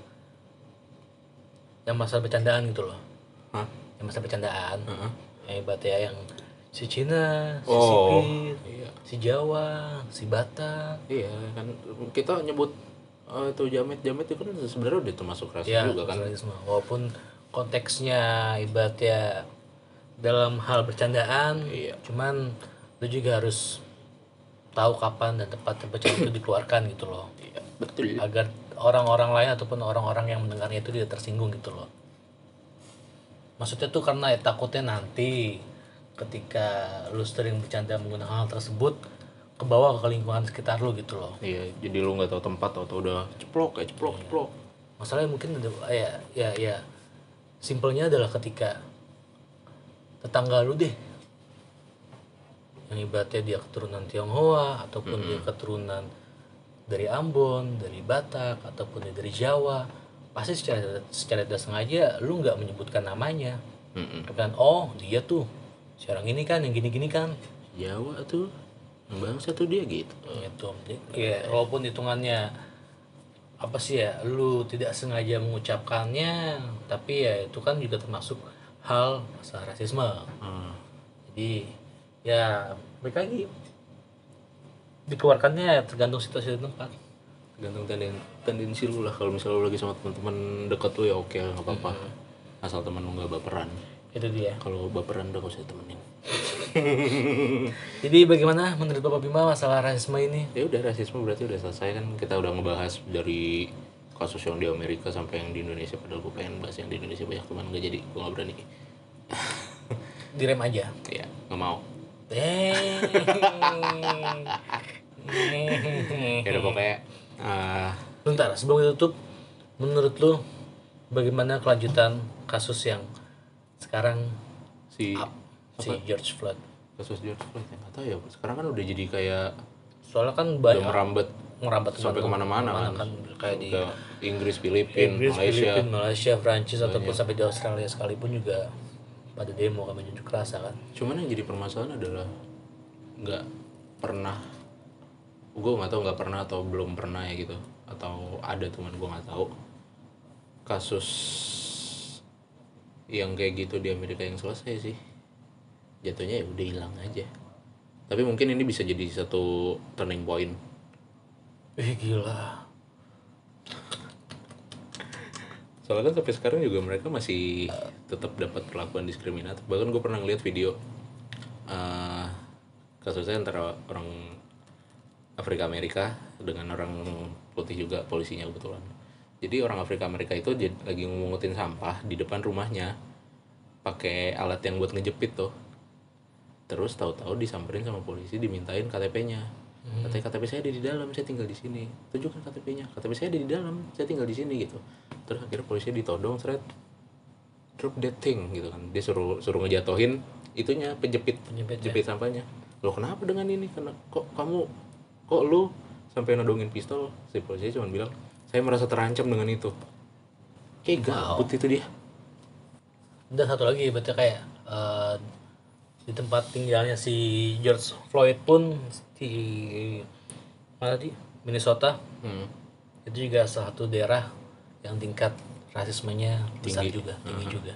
yang masalah bercandaan gitu loh, Hah? yang masalah bercandaan, Heeh. yang berarti yang si Cina, si Oh, Sipit, iya. si Jawa, si Batak, Iya kan kita nyebut itu jamet itu kan sebenarnya udah termasuk rasis ya juga kan. rasisme. Walaupun konteksnya ibaratnya dalam hal bercandaan, Iya. cuman lu juga harus tahu kapan dan tempat bercanda itu dikeluarkan gitu loh. Iya, betul. Agar orang-orang lain ataupun orang-orang yang mendengarnya itu tidak tersinggung gitu loh. Maksudnya tuh karena ya, takutnya nanti ketika lu sering bercanda menggunakan hal tersebut ke bawah ke lingkungan sekitar lu gitu loh. Iya, jadi lu nggak tahu tempat atau udah ceplok. Masalahnya mungkin ada ya simpelnya adalah ketika tetangga lu deh yang ibaratnya dia keturunan Tionghoa ataupun dia keturunan dari Ambon, dari Batak ataupun dia dari Jawa, pasti secara tidak sengaja lu nggak menyebutkan namanya. Kan oh dia tuh sekarang ini kan yang gini-gini kan Jawa tuh yang bangsa tuh dia gitu. gitu. Ya walaupun hitungannya apa sih ya, lu tidak sengaja mengucapkannya, tapi ya itu kan juga termasuk hal masalah rasisme. Ah, Jadi Ya balik lagi dikeluarkannya tergantung situasi dan tempat. Tergantung tendensi lu lah. Kalau misalnya lu lagi sama teman-teman dekat lu ya oke lah, nggak apa-apa. Asal teman lu nggak baperan. Itu dia. Kalau baperan udah gak usah temenin. Jadi bagaimana menurut Bapak Bima masalah rasisme ini? Ya udah, rasisme berarti udah selesai kan. Kita udah ngebahas dari kasus yang di Amerika sampai yang di Indonesia. Padahal gue pengen bahas yang di Indonesia banyak, teman nggak jadi, gue nggak berani. Direm aja. Iya, nggak mau. Ya udah pokoknya Bentar, sebelum ditutup, menurut lu bagaimana kelanjutan kasus yang sekarang si George Floyd? kasus George Floyd ya nggak tahu ya. Sekarang kan udah jadi kayak Soalnya kan udah banyak merambat sampai kemana-mana kan kayak di ke Inggris, Filipina, Malaysia, Prancis ataupun sampai di Australia sekalipun juga pada demo kan menunjuk rasa kan. Cuman yang jadi permasalahan adalah nggak pernah, gue nggak tahu nggak pernah atau belum pernah ya gitu, atau ada teman gue nggak tahu kasus yang kayak gitu di Amerika yang selesai sih. Jatuhnya ya udah hilang aja. Tapi mungkin ini bisa jadi satu turning point. Gila. Soalnya kan sampai sekarang juga mereka masih tetap dapat perlakuan diskriminatif. Bahkan gue pernah ngeliat video kasusnya antara orang Afrika Amerika dengan orang putih juga, polisinya kebetulan. Jadi orang Afrika Amerika itu lagi ngumungutin sampah di depan rumahnya pakai alat yang buat ngejepit tuh. Terus tahu-tahu disamperin sama polisi, dimintain KTP-nya. Katanya KTP saya ada di dalam, saya tinggal di sini. Tunjukkan KTP-nya. KTP saya ada di dalam, saya tinggal di sini gitu. Terus akhirnya polisi ditodong, seret, drop that thing gitu kan. Dia suruh ngejatohin itunya, penjepit sampahnya. Loh kenapa dengan ini? Kok lu sampai nodongin pistol? Si polisi cuma bilang, saya merasa terancam dengan itu. Kayak gabut itu dia. Dan satu lagi berarti kayak di tempat tinggalnya si George Floyd pun di mana di Minnesota itu juga salah satu daerah yang tingkat rasismenya besar juga, tinggi juga.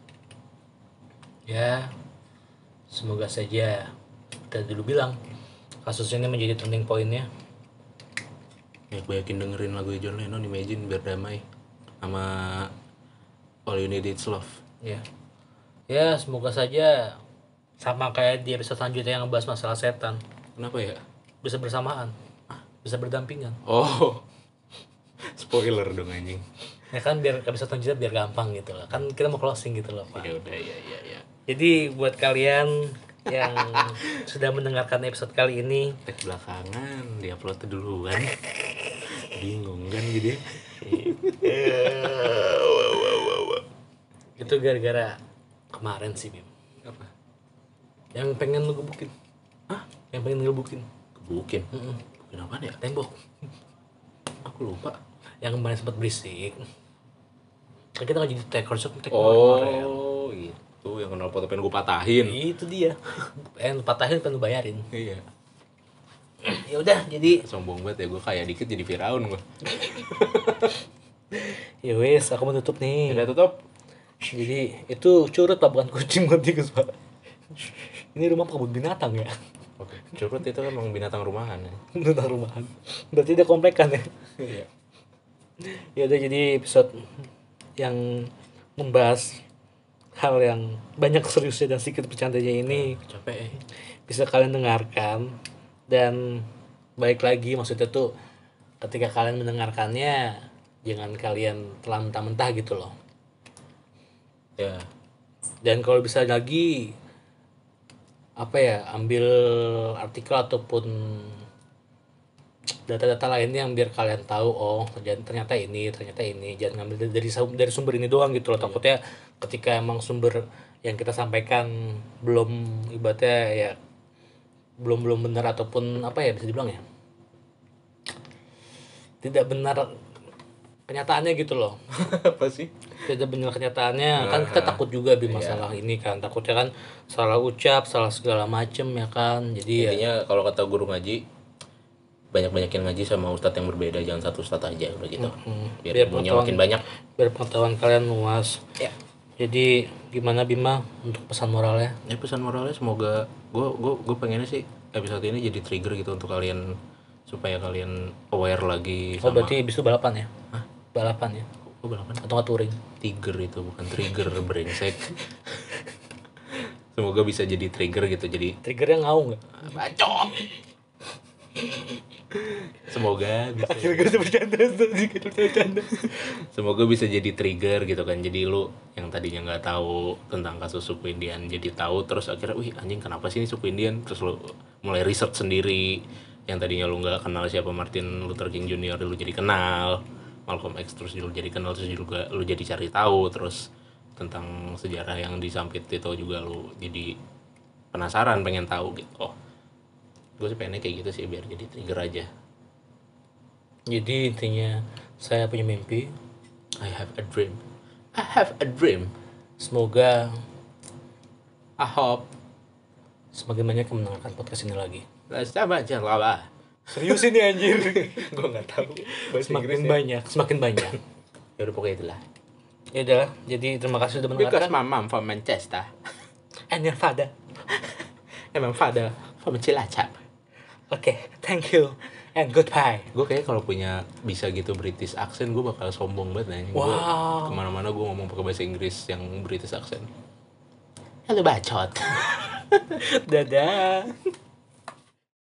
Ya semoga saja kita dulu bilang kasus ini menjadi turning point-nya. Banyakin dengerin lagu John Lennon, Imagine, biar damai sama All You Need Is Love. Ya semoga saja sama kayak di episode selanjutnya yang ngebahas masalah setan. Kenapa ya? Bisa bersamaan, bisa berdampingan. Oh, spoiler dong anjing. Ya kan biar episode selanjutnya biar gampang gitu loh. Kan kita mau closing gitu loh Pak. Ya udah, ya. Jadi buat kalian yang sudah mendengarkan episode kali ini, tag belakangan diupload duluan. Bingung kan gitu ya. Itu gara-gara kemarin sih Bim. Apa? Yang pengen lu gebukin. Yang pengen ngebukin. Gebukin? Gebukin apaan ya? Tembok. Aku lupa. Yang kemarin sempat berisik. Kan kita nggak jadi take kemarin. Oh gitu, yang kenal foto pengen gue patahin. Itu dia. Pengen patahin kan lu bayarin. Iya. Ya udah, jadi sombong banget ya, gue kaya dikit jadi Firaun gue. ya wes, aku mau tutup nih. Udah tutup. Jadi itu curut Pak, bukan kucing, bukan tikus Pak. Ini rumah kebun binatang ya. Oke. Curut itu emang binatang rumahan ya. Binatang rumahan. Berarti dia komplekan ya. Iya. Ya udah, jadi episode yang membahas hal yang banyak seriusnya dan sedikit bercandanya ini Capek bisa kalian dengarkan. Dan baik lagi, maksudnya tuh ketika kalian mendengarkannya jangan kalian telan mentah-mentah gitu loh ya. Dan kalau bisa lagi apa ya, ambil artikel ataupun data-data lainnya yang biar kalian tahu, oh ternyata ini, jangan ngambil dari sumber ini doang gitu loh. Takutnya ketika emang sumber yang kita sampaikan belum ibaratnya ya belum benar ataupun apa ya bisa dibilang ya tidak benar kenyataannya gitu loh. Apa sih? Tidak benar kenyataannya, kan kita takut juga di masalah ini kan, takutnya kan salah ucap, salah segala macem ya kan. Jadi intinya kalau kata guru ngaji, banyak-banyakin ngaji sama ustadz yang berbeda, jangan satu ustadz aja udah gitu. Biar ilmunya makin banyak, biar pengetahuan kalian luas. ya. Jadi gimana Bima untuk pesan moralnya? Ya pesan moralnya semoga gue pengennya sih episode ini jadi trigger gitu untuk kalian, supaya kalian aware lagi Oh sama. berarti habis itu balapan ya? Hah? Balapan ya? Oh balapan? Atau nggak touring? Tiger itu bukan trigger brengsek. Semoga bisa jadi trigger gitu, jadi Triggernya ngau nggak? bacot. Semoga bisa. Akhirnya gue bercanda. Semoga bisa jadi trigger gitu kan. Jadi lu yang tadinya nggak tahu tentang kasus suku Indian jadi tahu, terus akhirnya wih anjing kenapa sih ini suku Indian, terus lu mulai riset sendiri. Yang tadinya lu nggak kenal siapa Martin Luther King Jr. lu jadi kenal, Malcolm X terus lu jadi kenal, terus juga lu jadi cari tahu, terus tentang sejarah yang disampit itu juga lu jadi penasaran pengen tahu gitu. Oh gue sih pengennya kayak gitu sih biar jadi trigger aja. Jadi intinya saya punya mimpi. I have a dream. I have a dream. Semoga I hope. semakin banyak yang mendengarkan podcast ini lagi. Sama aja lah. Serius ini anjir. Gue nggak tahu. Semakin banyak. Ya udah pokoknya itulah. Ya udah, jadi terima kasih sudah Because mendengarkan. my mom from Manchester. And your father. Emang father from Cilacap. Oke, thank you and goodbye. Gue kayak kalau punya bisa gitu British accent gue bakal sombong banget nih. Wow. Kemana-mana gue ngomong pakai bahasa Inggris yang British accent. Halo bacot. Dadah.